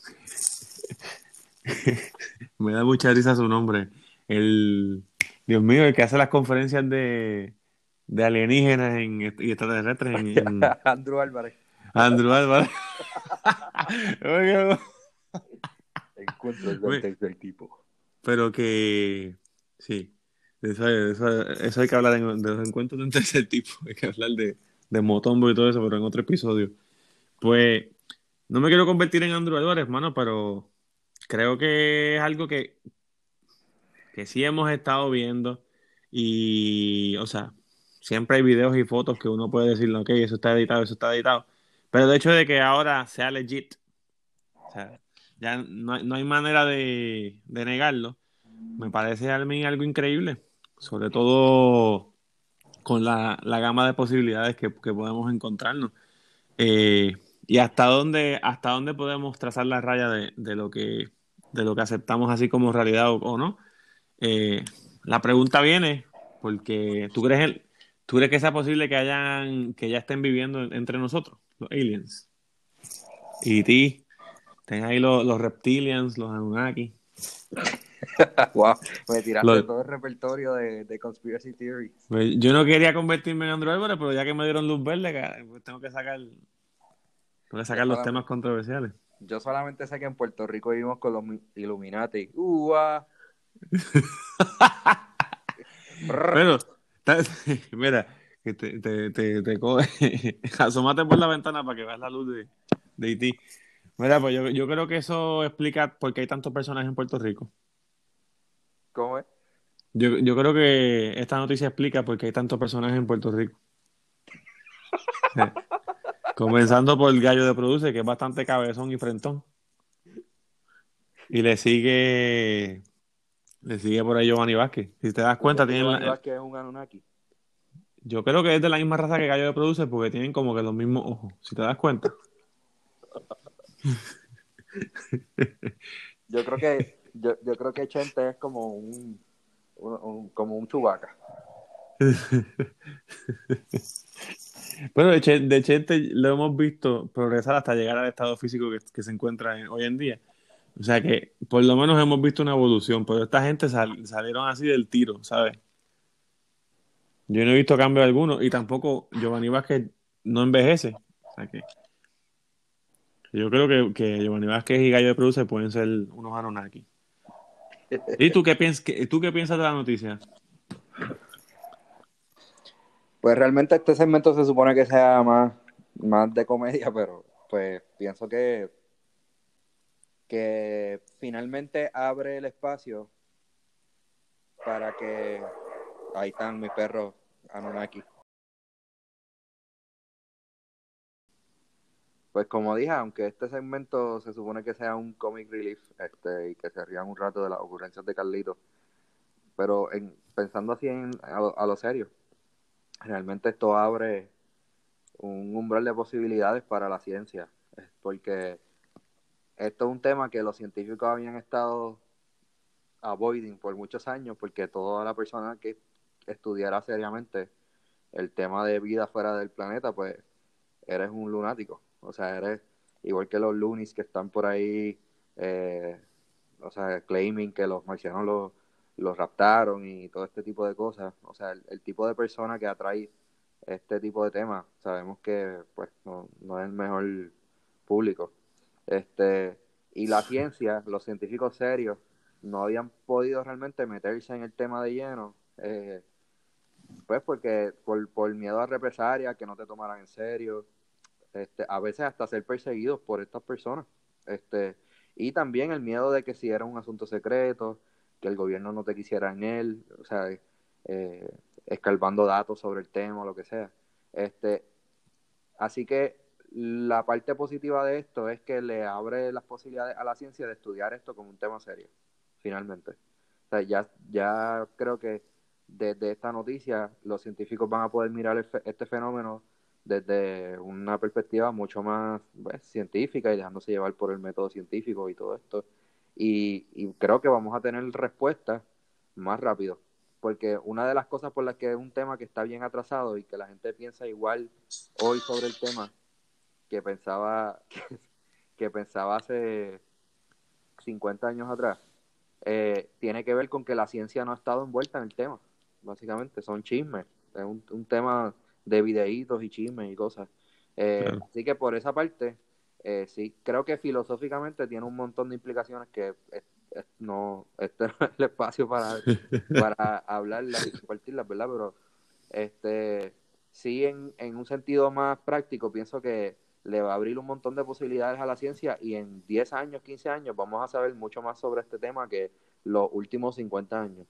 Me da mucha risa su nombre. El... Dios mío, el que hace las conferencias de alienígenas y extraterrestres Andrew Álvarez. Andrew Álvarez. Oiga, Encuentros del güey, tercer tipo. pero que... Sí, eso hay que hablar de los encuentros de un tercer tipo. Hay que hablar de Motombo y todo eso, pero en otro episodio. Pues no me quiero convertir en Andrew Álvarez, hermano, pero creo que es algo que sí hemos estado viendo y, o sea, siempre hay videos y fotos que uno puede decir, ok, eso está editado, pero el hecho de que ahora sea legit, o sea, ya no hay manera de negarlo, me parece a mí algo increíble, sobre todo con la gama de posibilidades que podemos encontrarnos. Eh, y hasta dónde podemos trazar la raya de lo que aceptamos así como realidad o no. Eh, la pregunta viene porque ¿tú crees que sea posible que ya estén viviendo entre nosotros, los aliens? Y ti, ten ahí los reptilians, los Anunnaki. Wow, me tiraste Los- todo el repertorio de conspiracy theories. pues, yo no quería convertirme en Andrew Álvarez, pero ya que me dieron luz verde, pues tengo que Yo sacar los temas solamente, controversiales. yo solamente sé que en Puerto Rico vivimos con los Illuminati. ¡Ua! Pero, mira, que te coge, asómate por la ventana para que veas la luz de Haití. Mira, pues yo creo que eso explica por qué hay tantos personajes en Puerto Rico. ¿Cómo es? Yo creo que esta noticia explica por qué hay tantos personajes en Puerto Rico. Comenzando por el gallo de Produce, que es bastante cabezón y frentón. Y le sigue por ahí Giovanni Vázquez. Si te das ¿Tú crees cuenta, que Giovanni Vázquez es un Anunnaki? yo creo que es de la misma raza que Gallo de Produce porque tienen como que los mismos ojos. Si te das cuenta. Yo creo que Chente es como como un Chewbacca. Bueno, de Chente lo hemos visto progresar hasta llegar al estado físico que se encuentra hoy en día. O sea que por lo menos hemos visto una evolución, pero esta gente salieron así del tiro, ¿sabes? Yo no he visto cambio alguno y tampoco Giovanni Vázquez no envejece. O sea que yo creo que Giovanni Vázquez y Gallo de Produce pueden ser unos Anunnaki. ¿Y tú qué piensas de la noticia? Pues realmente este segmento se supone que sea más de comedia, pero pues pienso que finalmente abre el espacio para que... Ahí están mis perros Anunnaki. Pues como dije, aunque este segmento se supone que sea un comic relief, y que se rían un rato de las ocurrencias de Carlito, pero pensando así a lo serio, realmente esto abre un umbral de posibilidades para la ciencia, porque esto es un tema que los científicos habían estado avoiding por muchos años, porque toda la persona que estudiara seriamente el tema de vida fuera del planeta, pues eres un lunático. O sea, eres igual que los loonies que están por ahí, o sea, claiming que los marcianos los raptaron y todo este tipo de cosas. O sea, el tipo de persona que atrae este tipo de temas, sabemos que pues no es el mejor público. Este, y la ciencia, los científicos serios, no habían podido realmente meterse en el tema de lleno, pues porque por miedo a represalias, que no te tomaran en serio, a veces hasta ser perseguidos por estas personas. Y también el miedo de que si era un asunto secreto, que el gobierno no te quisiera en él, o sea, escarbando datos sobre el tema o lo que sea. Así que la parte positiva de esto es que le abre las posibilidades a la ciencia de estudiar esto como un tema serio, finalmente. O sea, ya creo que desde esta noticia los científicos van a poder mirar este fenómeno desde una perspectiva mucho más pues, científica y dejándose llevar por el método científico y todo esto. Y creo que vamos a tener respuestas más rápido. Porque una de las cosas por las que es un tema que está bien atrasado y que la gente piensa igual hoy sobre el tema que pensaba, que pensaba hace 50 años atrás, tiene que ver con que la ciencia no ha estado envuelta en el tema. Básicamente, son chismes. Es un tema de videitos y chismes y cosas. Claro. Así que por esa parte, sí, creo que filosóficamente tiene un montón de implicaciones que no, este no es el espacio para hablarlas y compartirlas, ¿verdad? Pero sí, en un sentido más práctico, pienso que le va a abrir un montón de posibilidades a la ciencia y en 10 años, 15 años vamos a saber mucho más sobre este tema que los últimos 50 años.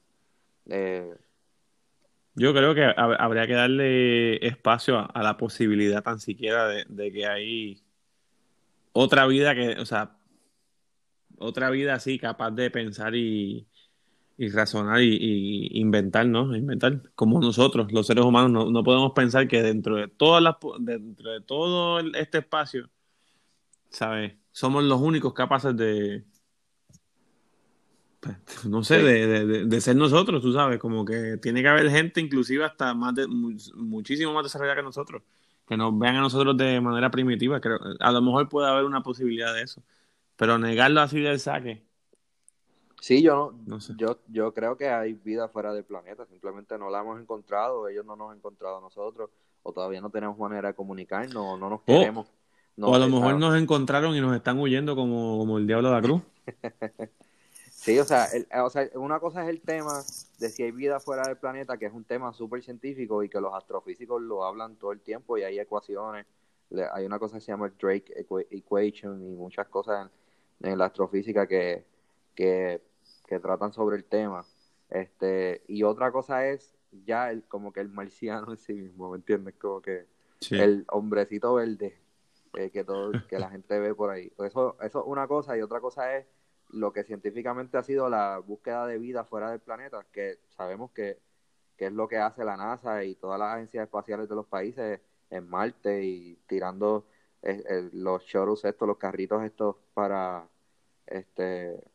Yo creo que habría que darle espacio a la posibilidad tan siquiera de que hay otra vida o sea, otra vida así capaz de pensar y razonar y inventar, ¿no? Inventar como nosotros, los seres humanos, no podemos pensar que dentro de todo este espacio, ¿sabes? Somos los únicos capaces de, pues, no sé, Sí, de ser nosotros, tú sabes, como que tiene que haber gente inclusive hasta muchísimo más desarrollada que nosotros, que nos vean a nosotros de manera primitiva, creo, a lo mejor puede haber una posibilidad de eso, pero negarlo así del saque, sí, no sé. yo creo que hay vida fuera del planeta, simplemente no la hemos encontrado, ellos no nos han encontrado a nosotros, o todavía no tenemos manera de comunicarnos, o no nos O, queremos. o No, a lo mejor nos encontraron y nos están huyendo como el diablo de la cruz. sí, o sea, una cosa es el tema de si hay vida fuera del planeta, que es un tema súper científico y que los astrofísicos lo hablan todo el tiempo y hay ecuaciones. Hay una cosa que se llama el Drake Equation y muchas cosas en la astrofísica que, que tratan sobre el tema. Y otra cosa es ya como que el marciano en sí mismo, ¿me entiendes? Como que Sí. el hombrecito verde que la gente ve por ahí. Eso es una cosa y otra cosa es lo que científicamente ha sido la búsqueda de vida fuera del planeta, que sabemos que es lo que hace la NASA y todas las agencias espaciales de los países en Marte y tirando los shuttles estos, los carritos estos este,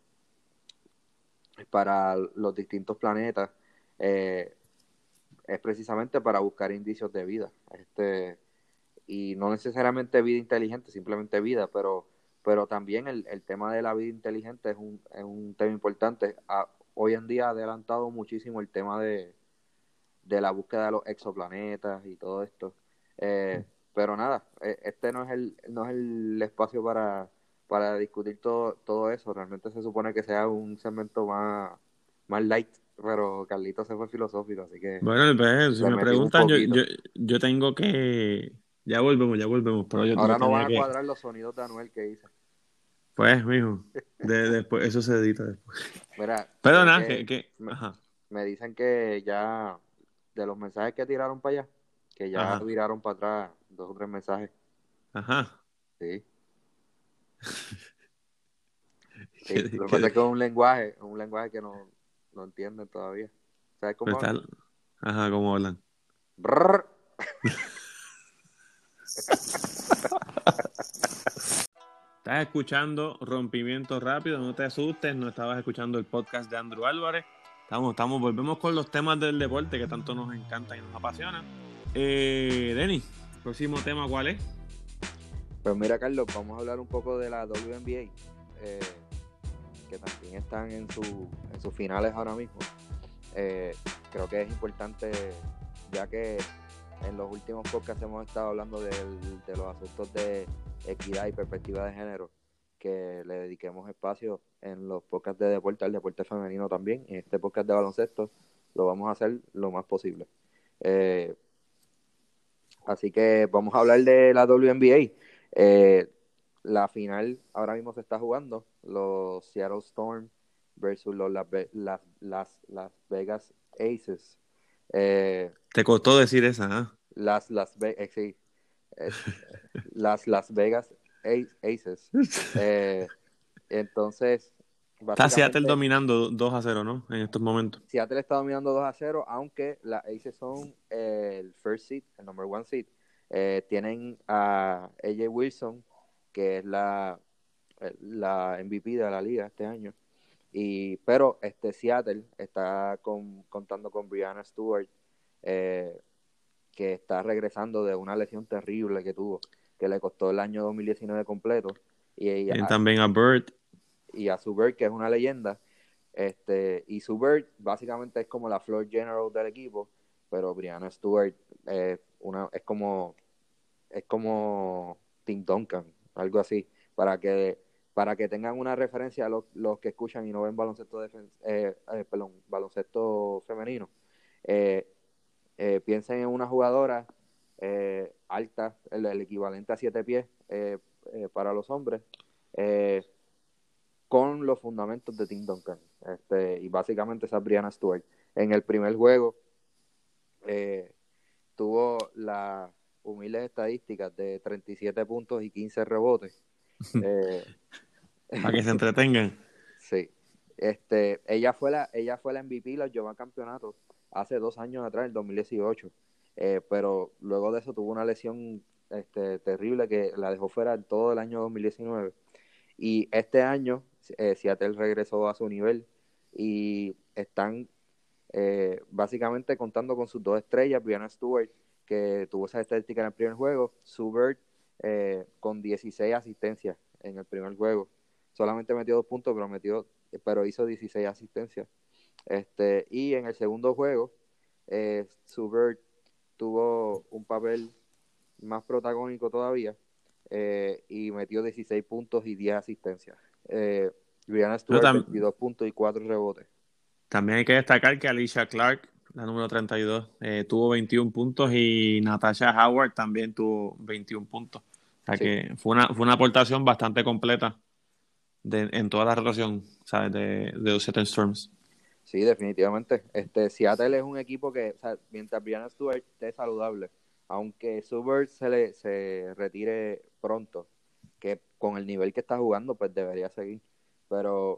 para los distintos planetas, es precisamente para buscar indicios de vida. Y no necesariamente vida inteligente, simplemente vida, pero también el tema de la vida inteligente es un tema importante. Hoy en día ha adelantado muchísimo el tema de la búsqueda de los exoplanetas y todo esto. Pero nada, este no es el espacio para discutir todo eso. Realmente se supone que sea un segmento más light, pero Carlito se fue filosófico, así que Bueno, pues, si le me metimos un preguntan, poquito. yo tengo que... Ya volvemos, pero yo Ahora no tenía van a que... cuadrar los sonidos de Anuel que hice. Pues, mijo, después, eso se edita después. Mira, Pero sé nada, que me, ajá, me dicen que ya de los mensajes que tiraron para allá, que ya ajá, viraron para atrás 2 o 3 mensajes. ajá. Sí, sí. Que, Lo que pasa que, es que es un lenguaje que no entienden todavía. ¿Sabes pues, cómo hablan? ajá, ¿cómo hablan? Brrr. Estás escuchando Rompimiento Rápido, no te asustes, no estabas escuchando el podcast de Andrew Álvarez. Volvemos con los temas del deporte que tanto nos encantan y nos apasionan. Denis, próximo tema, ¿cuál es? Pues mira, Carlos, vamos a hablar un poco de la WNBA, que también están en sus finales ahora mismo. Creo que es importante, ya que en los últimos podcasts hemos estado hablando de los asuntos de equidad y perspectiva de género, que le dediquemos espacio en los podcasts de deporte, al deporte femenino también. En este podcast de baloncesto lo vamos a hacer lo más posible. Así que vamos a hablar de la WNBA. La final ahora mismo se está jugando, los Seattle Storm versus los Las Vegas Aces. Te costó decir esa, ¿ah? Sí. eh, Las Vegas Aces. Entonces, Está Seattle básicamente, dominando 2-0, ¿no? En estos momentos. Seattle está dominando 2-0, aunque las Aces son el first seed, el number one seed. Tienen a AJ Wilson, que es la MVP de la liga este año. Pero Seattle está contando con Brianna Stewart, que está regresando de una lesión terrible que tuvo, que le costó el año 2019 completo. Tienen también a Bird. Y a Subert, que es una leyenda. Y Subert básicamente es como la floor general del equipo, pero Brianna Stewart es como Tim Duncan, algo así, para que tengan una referencia a los que escuchan y no ven baloncesto femenino. Piensen en una jugadora alta, el equivalente a 7 pies para los hombres, con los fundamentos de Tim Duncan. Y básicamente esa es Brianna Stewart. En el primer juego tuvo las humildes estadísticas de 37 puntos y 15 rebotes. Para que se entretengan. Sí. Ella fue la MVP, la llevó a campeonato hace 2 años atrás, en 2018. Pero luego de eso tuvo una lesión terrible que la dejó fuera todo el año 2019. Y este año Seattle regresó a su nivel y están básicamente contando con sus 2 estrellas, Brianna Stewart, que tuvo esa estadística en el primer juego, Subert con 16 asistencias en el primer juego. Solamente metió 2 puntos, pero hizo 16 asistencias. Y en el segundo juego, Subert tuvo un papel más protagónico todavía, y metió 16 puntos y 10 asistencias. Brianna Stewart, 22 puntos y 4 rebotes. También hay que destacar que Alicia Clark, la número 32, tuvo 21 puntos y Natasha Howard también tuvo 21 puntos. O sea que fue una aportación bastante completa en toda la rotación, ¿sabes? de los Seattle Storms. Sí, definitivamente. Seattle es un equipo que, o sea, mientras Brianna Stewart esté saludable, aunque Subert se retire pronto, que con el nivel que está jugando, pues debería seguir. Pero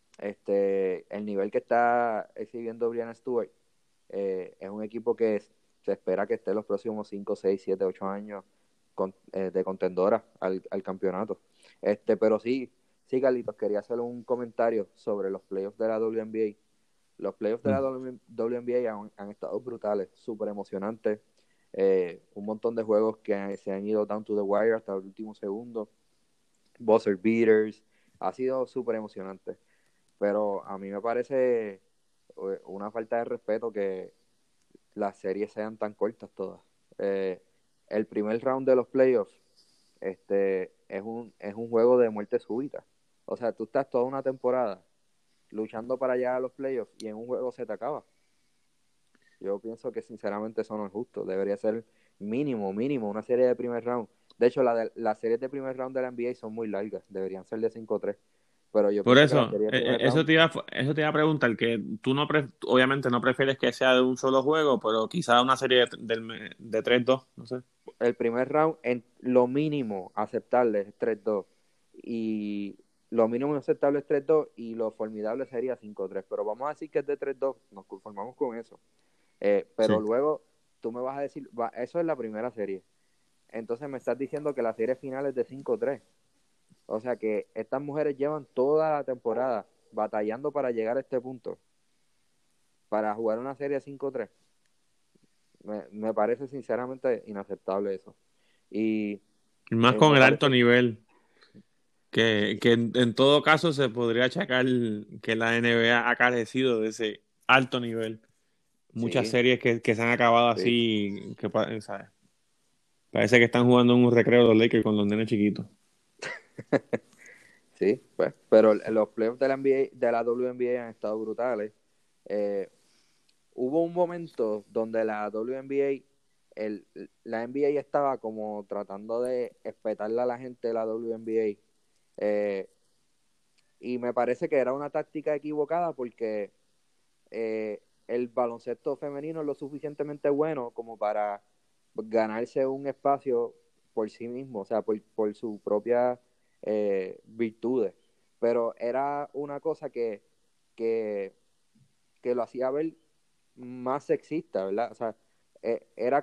el nivel que está exhibiendo Brianna Stewart es un equipo que se espera que esté los próximos 5, 6, 7, 8 años de contendora al campeonato. Pero sí, Carlitos, quería hacer un comentario sobre los playoffs de la WNBA. Los playoffs de la WNBA han estado brutales, súper emocionantes. Un montón de juegos que se han ido down to the wire hasta el último segundo. Buzzer beaters. Ha sido súper emocionante. Pero a mí me parece una falta de respeto que las series sean tan cortas todas. El primer round de los playoffs es un juego de muerte súbita. O sea, tú estás toda una temporada luchando para llegar a los playoffs y en un juego se te acaba. Yo pienso que sinceramente eso no es justo. Debería ser mínimo una serie de primer round. De hecho, las series de primer round de la NBA son muy largas. Deberían ser de 5-3. Pero yo Por pienso que la eso, serie de primer eso round, eso te iba a preguntar, que tú obviamente no prefieres que sea de un solo juego, pero quizá una serie de 3-2, no sé. el primer round, en lo mínimo aceptable es 3-2. Y lo mínimo aceptable es 3-2 y lo formidable sería 5-3. Pero vamos a decir que es de 3-2, nos conformamos con eso. Pero Sí. luego tú me vas a decir, eso es la primera serie. Entonces me estás diciendo que la serie final es de 5-3. O sea que estas mujeres llevan toda la temporada batallando para llegar a este punto, para jugar una serie 5-3. Me parece sinceramente inaceptable eso. Y Más con me el alto parece, nivel, que en todo caso se podría achacar que la NBA ha carecido de ese alto nivel. Muchas sí, series que se han acabado sí, así, ¿sabes? Parece que están jugando en un recreo los Lakers con los nenes chiquitos. sí, pues, pero los playoffs de la NBA, de la WNBA han estado brutales. Hubo un momento donde la WNBA, la NBA estaba como tratando de espetarle a la gente de la WNBA. Y me parece que era una táctica equivocada porque el baloncesto femenino es lo suficientemente bueno como para ganarse un espacio por sí mismo, o sea, por su propia virtudes. Pero era una cosa que, que lo hacía ver más sexista, ¿verdad? O sea, era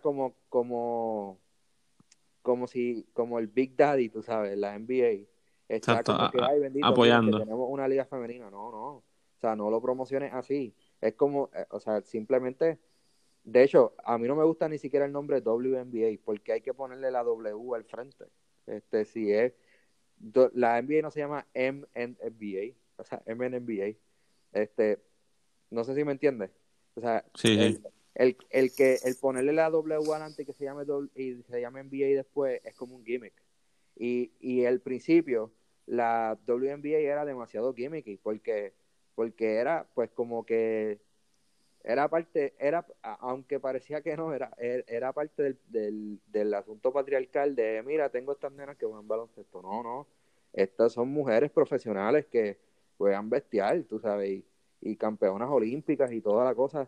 como el Big Daddy, tú sabes, la NBA. Está Exacto, como que, ay, bendito, mira, que apoyando. tenemos una liga femenina. No, no. O sea, no lo promociones así. Es como, o sea, simplemente, de hecho, a mí no me gusta ni siquiera el nombre WNBA, porque hay que ponerle la W al frente. Si es, la NBA no se llama MNBA, o sea, MNBA. No sé si me entiendes. O sea, Sí, el, sí. el ponerle la W adelante y que se llame y se llame NBA después es como un gimmick. Y al principio la WNBA era demasiado gimmicky porque era pues como que era parte, aunque parecía que no, era parte del asunto patriarcal de, mira, tengo estas nenas que juegan baloncesto. No, no, estas son mujeres profesionales que juegan bestial, tú sabes, y campeonas olímpicas y toda la cosa.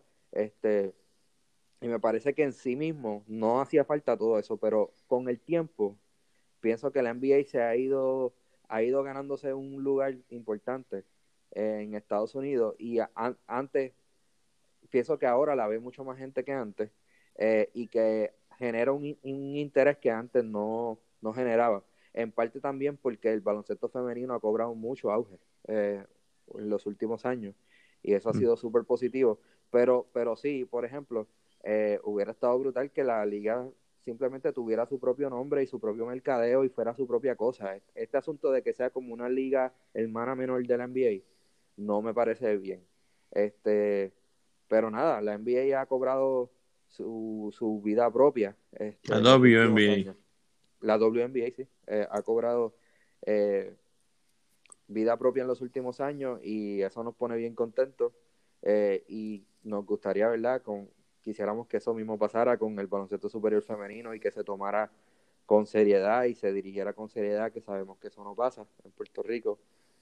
Y me parece que en sí mismo no hacía falta todo eso, pero con el tiempo pienso que la NBA ha ido ganándose un lugar importante en Estados Unidos y antes pienso que ahora la ve mucho más gente que antes, y que genera un interés que antes no generaba. En parte también porque el baloncesto femenino ha cobrado mucho auge en los últimos años y eso ha Mm. sido súper positivo. Pero sí, por ejemplo, hubiera estado brutal que la liga simplemente tuviera su propio nombre y su propio mercadeo y fuera su propia cosa. Este asunto de que sea como una liga hermana menor de la NBA no me parece bien. Este, pero nada, la NBA ha cobrado su vida propia La en los últimos WNBA. años. La WNBA, sí, ha cobrado eh, vida propia en los últimos años y eso nos pone bien contentos. Y nos gustaría, ¿verdad? Quisiéramos que eso mismo pasara con el baloncesto superior femenino y que se tomara con seriedad y se dirigiera con seriedad, que sabemos que eso no pasa en Puerto Rico.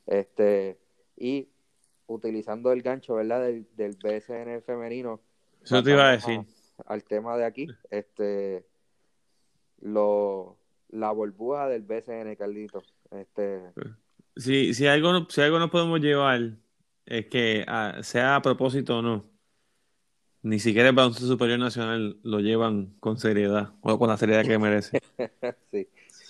Y utilizando el gancho, ¿verdad? Del BSN femenino, Eso te iba a pasamos decir. al tema de aquí, lo, la burbuja del BSN, Carlito. Si algo nos podemos llevar es que sea a propósito o no, ni siquiera el baloncesto superior nacional lo llevan con seriedad o con la seriedad que merece. Sí,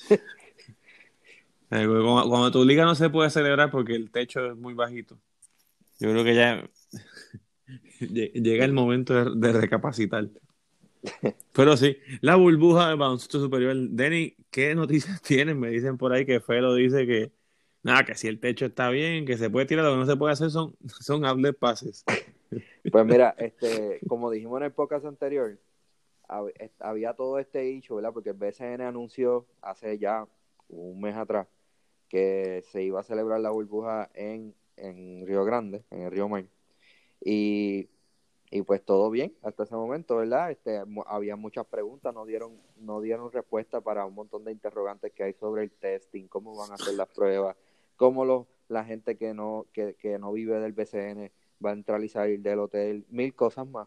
Cuando tu liga no se puede celebrar porque el techo es muy bajito, yo creo que ya llega el momento de recapacitar. Pero sí, la burbuja del baloncesto superior. Denny, ¿qué noticias tienes? Me dicen por ahí que Felo dice que nada, que si el techo está bien, que se puede tirar, lo que no se puede hacer son outlet passes. pues mira, como dijimos en el podcast anterior, había todo este hecho, ¿verdad? Porque el BSN anunció hace ya un mes atrás que se iba a celebrar la burbuja en Río Grande, en el Río Mar. Y pues todo bien hasta ese momento, ¿verdad? Había muchas preguntas, no dieron respuesta para un montón de interrogantes que hay sobre el testing, cómo van a hacer las pruebas, cómo la gente que no vive del BCN va a entrar y salir del hotel, mil cosas más.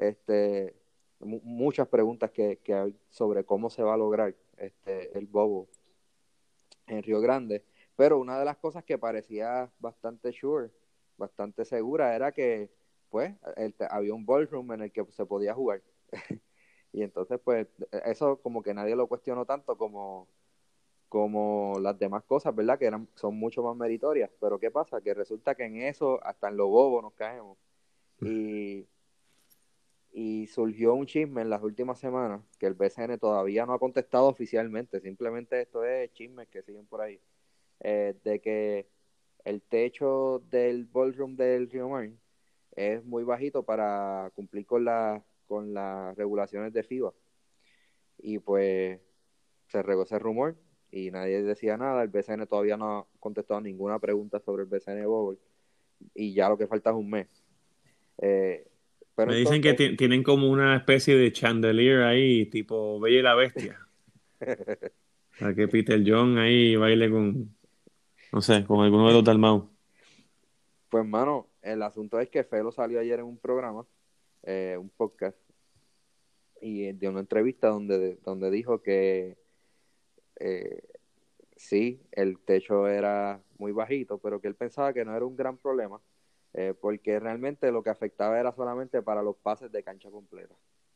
Muchas preguntas que hay sobre cómo se va a lograr el bobo en Río Grande, pero una de las cosas que parecía bastante sure, bastante segura, era que pues había un ballroom en el que se podía jugar. Y entonces pues eso como que nadie lo cuestionó tanto como las demás cosas, ¿verdad? Que son mucho más meritorias. Pero ¿qué pasa? Que resulta que en eso hasta en lo bobo nos caemos. Y, y surgió un chisme en las últimas semanas que el BCN todavía no ha contestado oficialmente, simplemente esto es chismes que siguen por ahí, de que el techo del ballroom del Río Mar es muy bajito para cumplir con las regulaciones de FIBA. Y pues se regó ese rumor y nadie decía nada. El BCN todavía no ha contestado ninguna pregunta sobre el BCN Bowl y ya lo que falta es un mes. Eh, pero Me dicen que entonces, tienen como una especie de chandelier ahí, tipo Bella y la Bestia, para que Peter John ahí baile con, no sé, con alguno de los Dalmau. pues mano, el asunto es que Felo salió ayer en un programa, un podcast, y de una entrevista donde dijo que sí, el techo era muy bajito, pero que él pensaba que no era un gran problema, porque realmente lo que afectaba era solamente para los pases de cancha completa.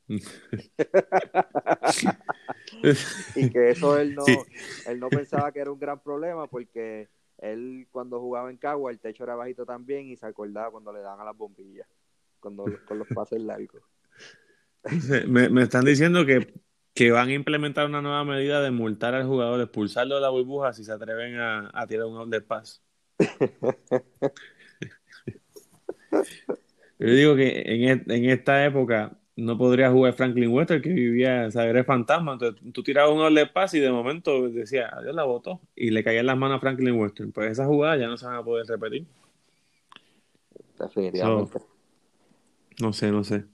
Y que eso Sí, él no pensaba que era un gran problema porque él cuando jugaba en Cagua el techo era bajito también y se acordaba cuando le daban a las bombillas, con los pases largos. me están diciendo que van a implementar una nueva medida de multar al jugador, expulsarlo de la burbuja si se atreven a tirar un outlet pass. Yo digo que en esta época no podría jugar Franklin Wester, que vivía, o sea, era fantasma. Entonces tú tirabas un outlet pass y de momento decía, adiós, la botó. Y le caían las manos a Franklin Wester. Pues esas jugadas ya no se van a poder repetir. So, Definitivamente. no sé, no sé.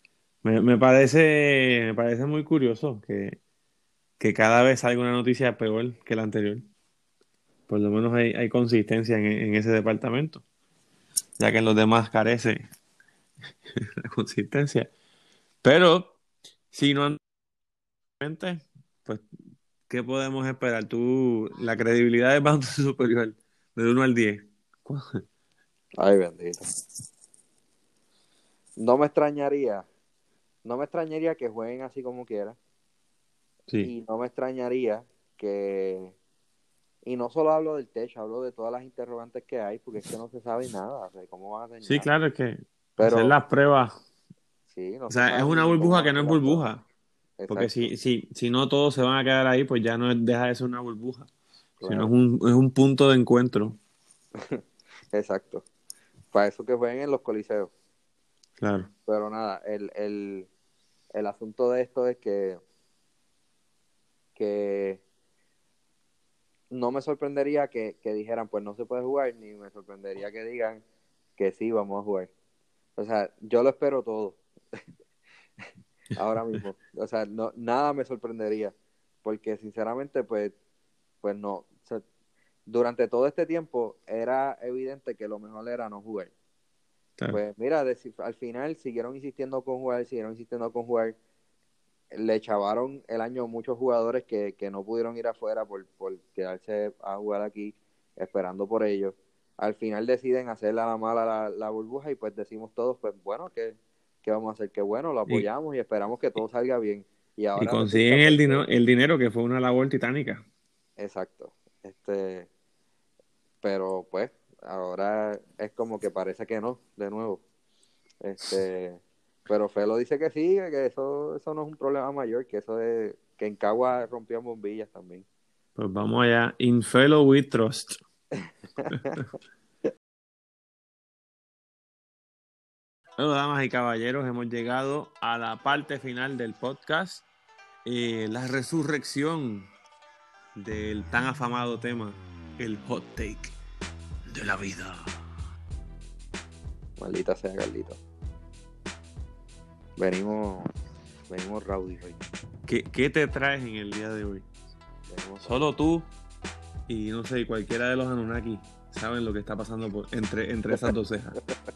Me parece muy curioso que cada vez salga una noticia peor que la anterior. Por lo menos hay consistencia en ese departamento, ya que en los demás carece la consistencia. Pero si no antes, pues, ¿qué podemos esperar? La credibilidad del bounce superior, de 1 al 10. Ay, bendito. No me extrañaría, no me extrañaría que jueguen así como quieran Sí, y no me extrañaría que, y no solo hablo del techo, hablo de todas las interrogantes que hay, porque es que no se sabe nada de cómo van a hacer sí, nada. claro, es que hacer Pero las pruebas, sí, o no se sea, es sabe una ni cómo burbuja van a que no hacer es las pruebas. burbuja, porque Exacto, si no todos se van a quedar ahí, pues ya no deja de ser una burbuja, sino claro, es un punto de encuentro, exacto. Para eso que jueguen en los coliseos. claro. Pero nada, el asunto de esto es que no me sorprendería que dijeran, pues no se puede jugar, ni me sorprendería que digan que sí, vamos a jugar. O sea, yo lo espero todo, ahora mismo. O sea, no, nada me sorprendería, porque sinceramente, pues no. O sea, durante todo este tiempo era evidente que lo mejor era no jugar. Claro. Pues mira, al final siguieron insistiendo con jugar, siguieron insistiendo con jugar. Le chavaron el año muchos jugadores que no pudieron ir afuera por quedarse a jugar aquí esperando por ellos. Al final deciden hacerle a la mala la burbuja y pues decimos todos, pues bueno, ¿qué vamos a hacer? Qué bueno, lo Y, apoyamos y esperamos que todo salga bien. Y y ahora resulta consiguen pues que, el dinero que fue una labor titánica. exacto, pero pues ahora es como que parece que no, de nuevo. Este, pero Felo dice que sí, que eso no es un problema mayor, que eso es que en Cagua rompían bombillas también. Pues vamos allá. In fellow we trust. Bueno, damas y caballeros, hemos llegado a la parte final del podcast. La resurrección del tan afamado tema, el hot take de la vida. Maldita sea Carlito. Venimos, venimos rowdy hoy. ¿Qué te traes en el día de hoy? Venimos Solo rowdy. tú y no sé, cualquiera de los Anunnaki saben lo que está pasando entre esas dos cejas.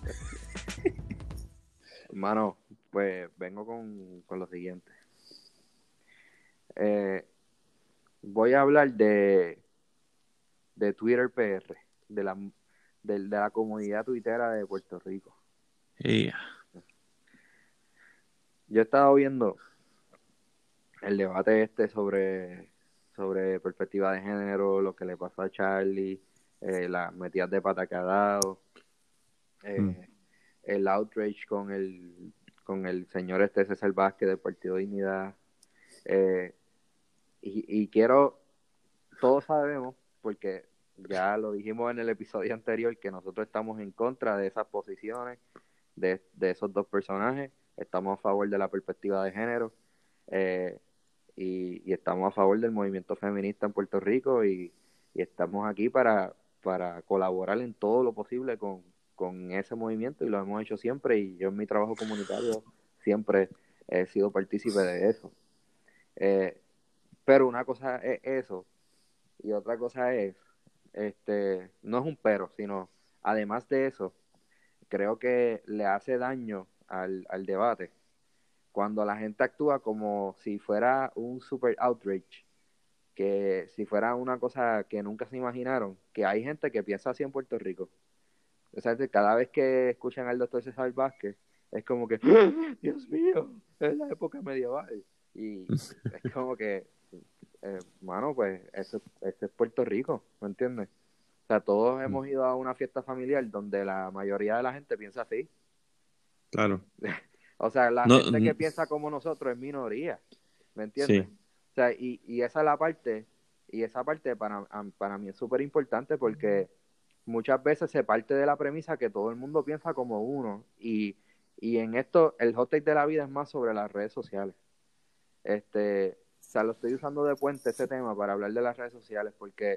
Hermano, pues vengo con lo siguiente. Eh, voy a hablar de Twitter PR, de la comunidad tuitera de Puerto Rico. Yeah. Yo he estado viendo el debate sobre perspectiva de género, lo que le pasó a Charlie, las metidas de pata que ha dado, Mm. eh, el outrage con el señor César Vázquez del Partido Dignidad. eh, y quiero, todos sabemos, porque ya lo dijimos en el episodio anterior, que nosotros estamos en contra de esas posiciones, de esos dos personajes, estamos a favor de la perspectiva de género. eh, y estamos a favor del movimiento feminista en Puerto Rico y estamos aquí para colaborar en todo lo posible con ese movimiento y lo hemos hecho siempre y yo en mi trabajo comunitario siempre he sido partícipe de eso. Eh, pero una cosa es eso y otra cosa es, no es un pero, sino además de eso, creo que le hace daño al debate cuando la gente actúa como si fuera un super outrage que si fuera una cosa que nunca se imaginaron, que hay gente que piensa así en Puerto Rico. O sea, cada vez que escuchan al doctor César Vázquez, es como que, ¡ah! Dios mío, es la época medieval. Y es como que, mano, pues eso es Puerto Rico, ¿me entiendes? O sea, todos hemos ido a una fiesta familiar donde la mayoría de la gente piensa así. Claro. O sea, la gente que piensa como nosotros es minoría, ¿me entiendes? Sí. O sea, y esa es la parte, y esa parte para mí es súper importante porque muchas veces se parte de la premisa que todo el mundo piensa como uno, y en esto el hot take de la vida es más sobre las redes sociales. O sea, lo estoy usando de puente ese tema para hablar de las redes sociales porque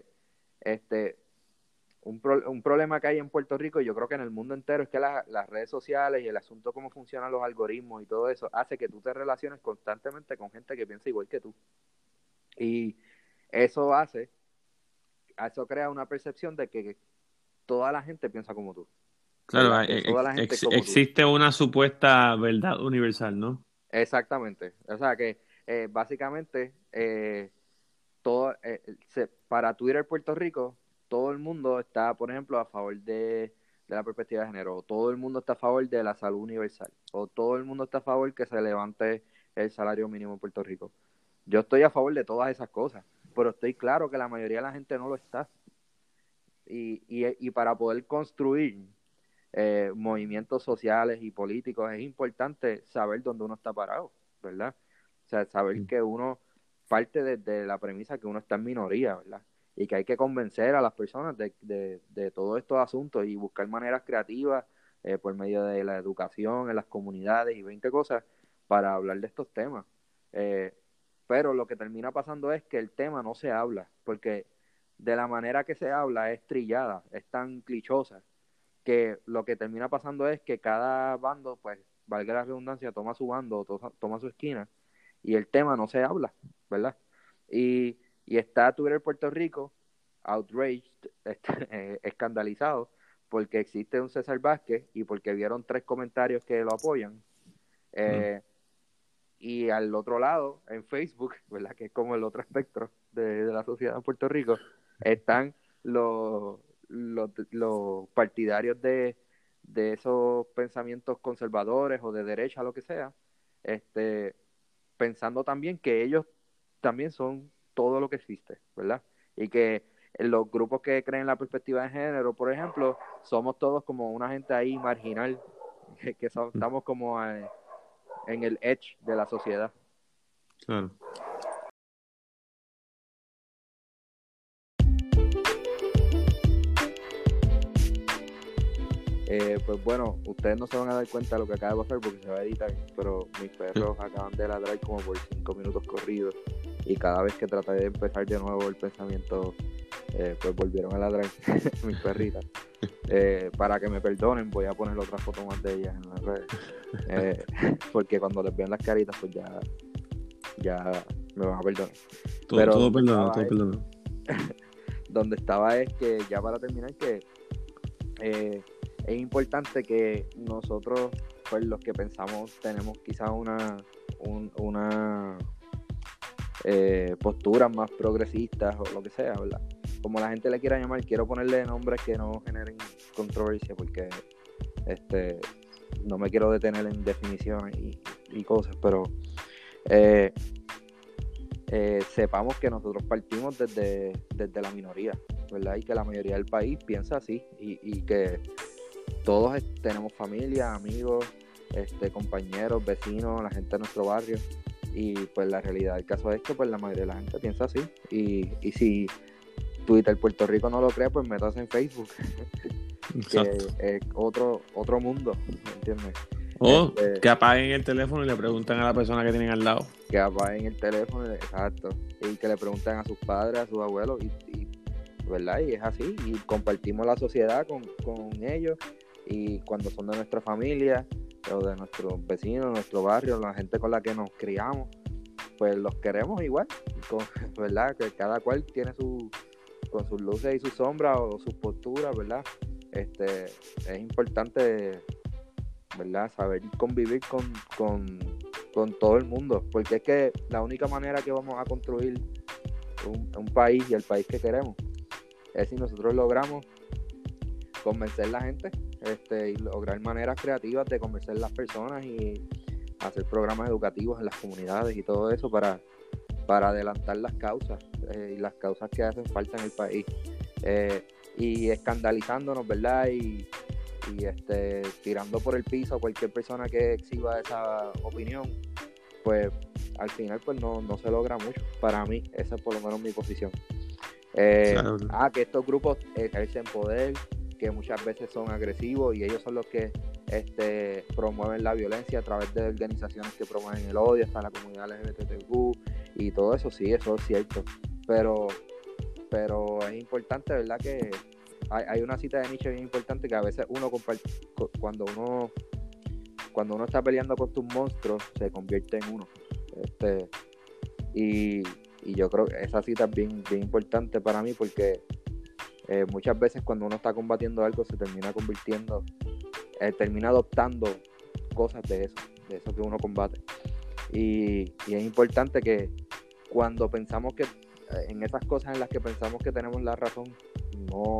un problema que hay en Puerto Rico y yo creo que en el mundo entero es que las redes sociales y el asunto cómo funcionan los algoritmos y todo eso hace que tú te relaciones constantemente con gente que piensa igual que tú. Y eso crea una percepción de que toda la gente piensa como tú. Claro, Toda la gente como existe tú. una supuesta verdad universal, ¿no? Exactamente. O sea que básicamente para Twitter Puerto Rico, todo el mundo está, por ejemplo, a favor de la perspectiva de género, o todo el mundo está a favor de la salud universal, o todo el mundo está a favor que se levante el salario mínimo en Puerto Rico. Yo estoy a favor de todas esas cosas, pero estoy claro que la mayoría de la gente no lo está. Y para poder construir movimientos sociales y políticos es importante saber dónde uno está parado, ¿verdad? O sea, saber que uno parte de la premisa que uno está en minoría, ¿verdad? Y que hay que convencer a las personas de todos estos asuntos y buscar maneras creativas por medio de la educación en las comunidades y 20 cosas para hablar de estos temas. Pero lo que termina pasando es que el tema no se habla, porque de la manera que se habla es trillada, es tan clichosa, que lo que termina pasando es que cada bando, pues, valga la redundancia, toma su bando, toma su esquina, y el tema no se habla, ¿verdad? Y está Twitter Puerto Rico, outraged, escandalizado, porque existe un César Vázquez y porque vieron 3 comentarios que lo apoyan. Y al otro lado, en Facebook, ¿verdad? Que es como el otro espectro de la sociedad en Puerto Rico, están los partidarios de esos pensamientos conservadores o de derecha, lo que sea, pensando también que ellos también son todo lo que existe, ¿verdad? Y que los grupos que creen la perspectiva de género, por ejemplo, somos todos como una gente ahí marginal, que estamos como en el edge de la sociedad. Claro. Pues bueno, ustedes no se van a dar cuenta de lo que acaba de pasar porque se va a editar, pero mis perros acaban de ladrar como por 5 minutos corridos y cada vez que traté de empezar de nuevo el pensamiento, pues volvieron a ladrar mis perritas. Para que me perdonen, voy a poner otra foto más de ellas en las redes, porque cuando les vean las caritas, pues ya me van a perdonar. Todo perdonado. Donde estaba es que, ya para terminar, que es importante que nosotros, pues los que pensamos, tenemos quizás una posturas más progresistas o lo que sea, ¿verdad? Como la gente le quiera llamar, quiero ponerle nombres que no generen controversia porque no me quiero detener en definiciones y cosas, pero sepamos que nosotros partimos desde la minoría, ¿verdad? Y que la mayoría del país piensa así y que todos tenemos familia, amigos, compañeros, vecinos, la gente de nuestro barrio, y pues la realidad del caso es que pues la mayoría de la gente piensa así, y si Twitter Puerto Rico no lo cree, pues métase en Facebook que es otro mundo, ¿me entiendes? O que apaguen el teléfono y le preguntan a la persona que tienen al lado. Que apaguen el teléfono, exacto, y que le pregunten a sus padres, a sus abuelos, y ¿verdad? Y es así, y compartimos la sociedad con ellos, y cuando son de nuestra familia o de nuestros vecinos, nuestro barrio, la gente con la que nos criamos, pues los queremos igual, ¿verdad? Que cada cual tiene con sus luces y sus sombras o sus posturas, ¿verdad? Es importante, ¿verdad? Saber convivir con todo el mundo, porque es que la única manera que vamos a construir un país y el país que queremos es si nosotros logramos convencer a la gente y lograr maneras creativas de convencer a las personas y hacer programas educativos en las comunidades y todo eso para adelantar las causas y las causas que hacen falta en el país, y escandalizándonos, ¿verdad? Y tirando por el piso a cualquier persona que exhiba esa opinión, pues al final pues no se logra mucho. Para mí, esa es por lo menos mi posición. Claro. Que estos grupos ejercen poder, que muchas veces son agresivos y ellos son los que promueven la violencia a través de organizaciones que promueven el odio hasta la comunidad LGBTQ y todo eso, sí, eso es cierto, pero es importante, ¿verdad? Que hay una cita de Nietzsche bien importante, que a veces uno cuando uno está peleando con tus monstruos se convierte en uno, y yo creo que esa cita es bien importante para mí, porque muchas veces cuando uno está combatiendo algo se termina convirtiendo, termina adoptando cosas de eso que uno combate, y es importante que cuando pensamos que en esas cosas en las que pensamos que tenemos la razón, no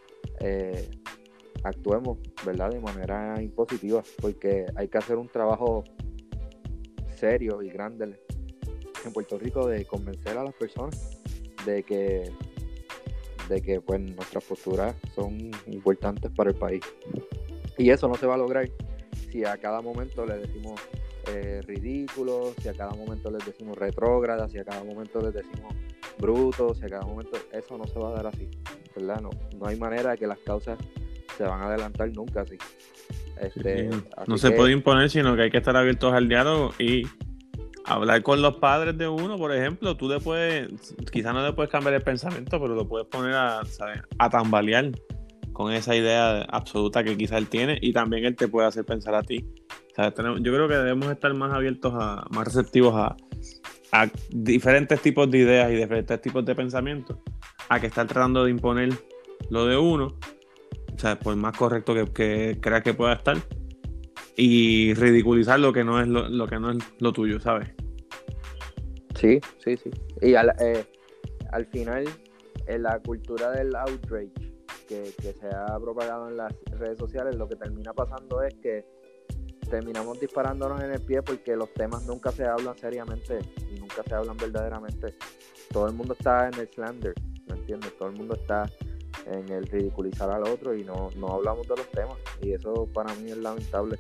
actuemos, ¿verdad?, de manera impositiva, porque hay que hacer un trabajo serio y grande en Puerto Rico de convencer a las personas de que pues nuestras posturas son importantes para el país, y eso no se va a lograr si a cada momento le decimos ridículos, si a cada momento les decimos retrógradas, si a cada momento les decimos brutos, si a cada momento, eso no se va a dar así, ¿verdad? No hay manera de que las causas se van a adelantar nunca así. No se puede imponer, sino que hay que estar abiertos al diálogo y hablar con los padres de uno, por ejemplo. Tú quizás no le puedes cambiar el pensamiento, pero lo puedes poner a tambalear con esa idea absoluta que quizás él tiene, y también él te puede hacer pensar a ti. Yo creo que debemos estar más abiertos, más receptivos a diferentes tipos de ideas y diferentes tipos de pensamientos, a que estar tratando de imponer lo de uno, por más correcto que creas que pueda estar, y ridiculizar lo que no es lo tuyo, ¿sabes? Sí. Y al final, en la cultura del outrage que se ha propagado en las redes sociales, lo que termina pasando es que terminamos disparándonos en el pie, porque los temas nunca se hablan seriamente y nunca se hablan verdaderamente. Todo el mundo está en el slander, ¿me entiendes? Todo el mundo está en el ridiculizar al otro y no hablamos de los temas, y eso para mí es lamentable,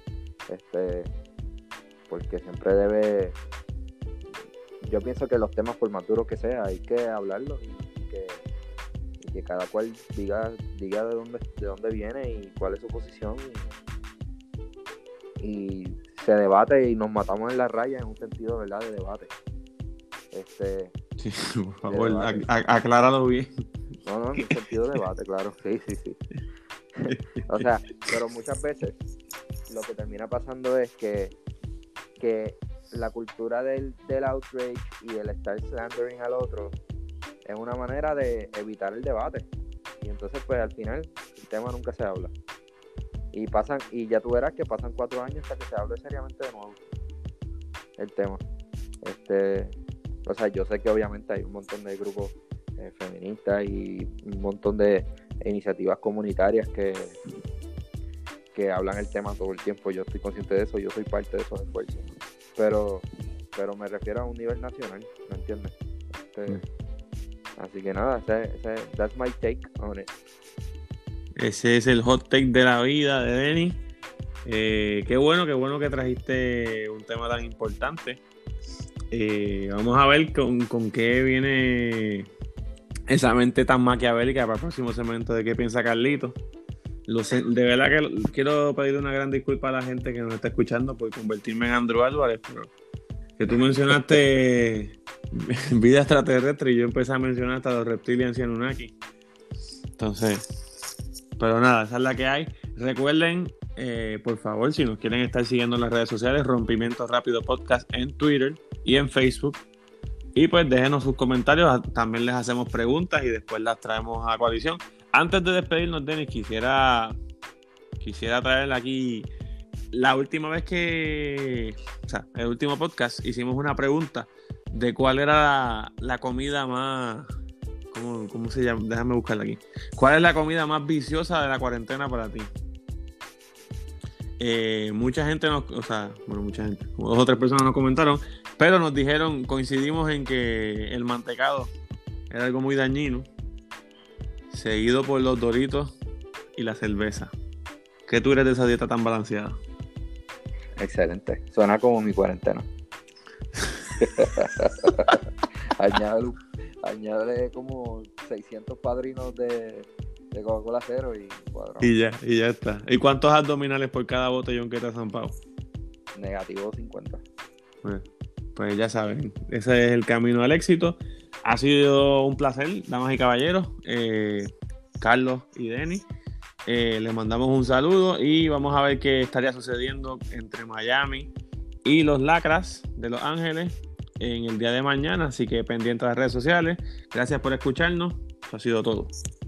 porque siempre yo pienso que los temas, por más duros que sea, hay que hablarlos y que cada cual diga de dónde viene y cuál es su posición, y se debate y nos matamos en la raya en un sentido, ¿verdad?, de debate. Sí, por favor, acláralo bien. No, en un sentido de debate, claro, sí. O sea, pero muchas veces lo que termina pasando es que la cultura del outrage y el estar slandering al otro es una manera de evitar el debate, y entonces pues al final el tema nunca se habla, y ya tú verás que pasan 4 años hasta que se hable seriamente de nuevo el tema. O sea, yo sé que obviamente hay un montón de grupos feministas y un montón de iniciativas comunitarias que hablan el tema todo el tiempo. Yo estoy consciente de eso, yo soy parte de esos esfuerzos, pero me refiero a un nivel nacional, ¿me entiendes? Así que nada, that's my take on it. Ese es el hot take de la vida de Denny. Qué bueno que trajiste un tema tan importante. Vamos a ver con qué viene esa mente tan maquiavélica para el próximo segmento de qué piensa Carlito. De verdad que quiero pedir una gran disculpa a la gente que nos está escuchando por convertirme en Andrew Álvarez, pero que tú mencionaste vida extraterrestre y yo empecé a mencionar hasta los reptilians y Anunnaki. Entonces, pero nada, esa es la que hay. Recuerden, por favor, si nos quieren estar siguiendo en las redes sociales, Rompimiento Rápido Podcast en Twitter y en Facebook. Y pues déjenos sus comentarios, también les hacemos preguntas y después las traemos a coalición. Antes de despedirnos, Denis, quisiera traerle aquí la última vez el último podcast, hicimos una pregunta de cuál era la comida más... ¿Cómo se llama? Déjame buscarla aquí. ¿Cuál es la comida más viciosa de la cuarentena para ti? Mucha gente mucha gente, como 2 o 3 personas nos comentaron, pero nos dijeron, coincidimos en que el mantecado era algo muy dañino, seguido por los Doritos y la cerveza. ¿Qué tú eres de esa dieta tan balanceada? Excelente. Suena como mi cuarentena. Añádele como 600 padrinos de Coca-Cola cero y cuadrón. Y ya está. ¿Y cuántos abdominales por cada botellón que te has zampado? Negativo 50. Pues ya saben, ese es el camino al éxito. Ha sido un placer, damas y caballeros. Carlos y Denis. Les mandamos un saludo y vamos a ver qué estaría sucediendo entre Miami y los Lacras de Los Ángeles en el día de mañana. Así que pendiente de las redes sociales. Gracias por escucharnos. Eso ha sido todo.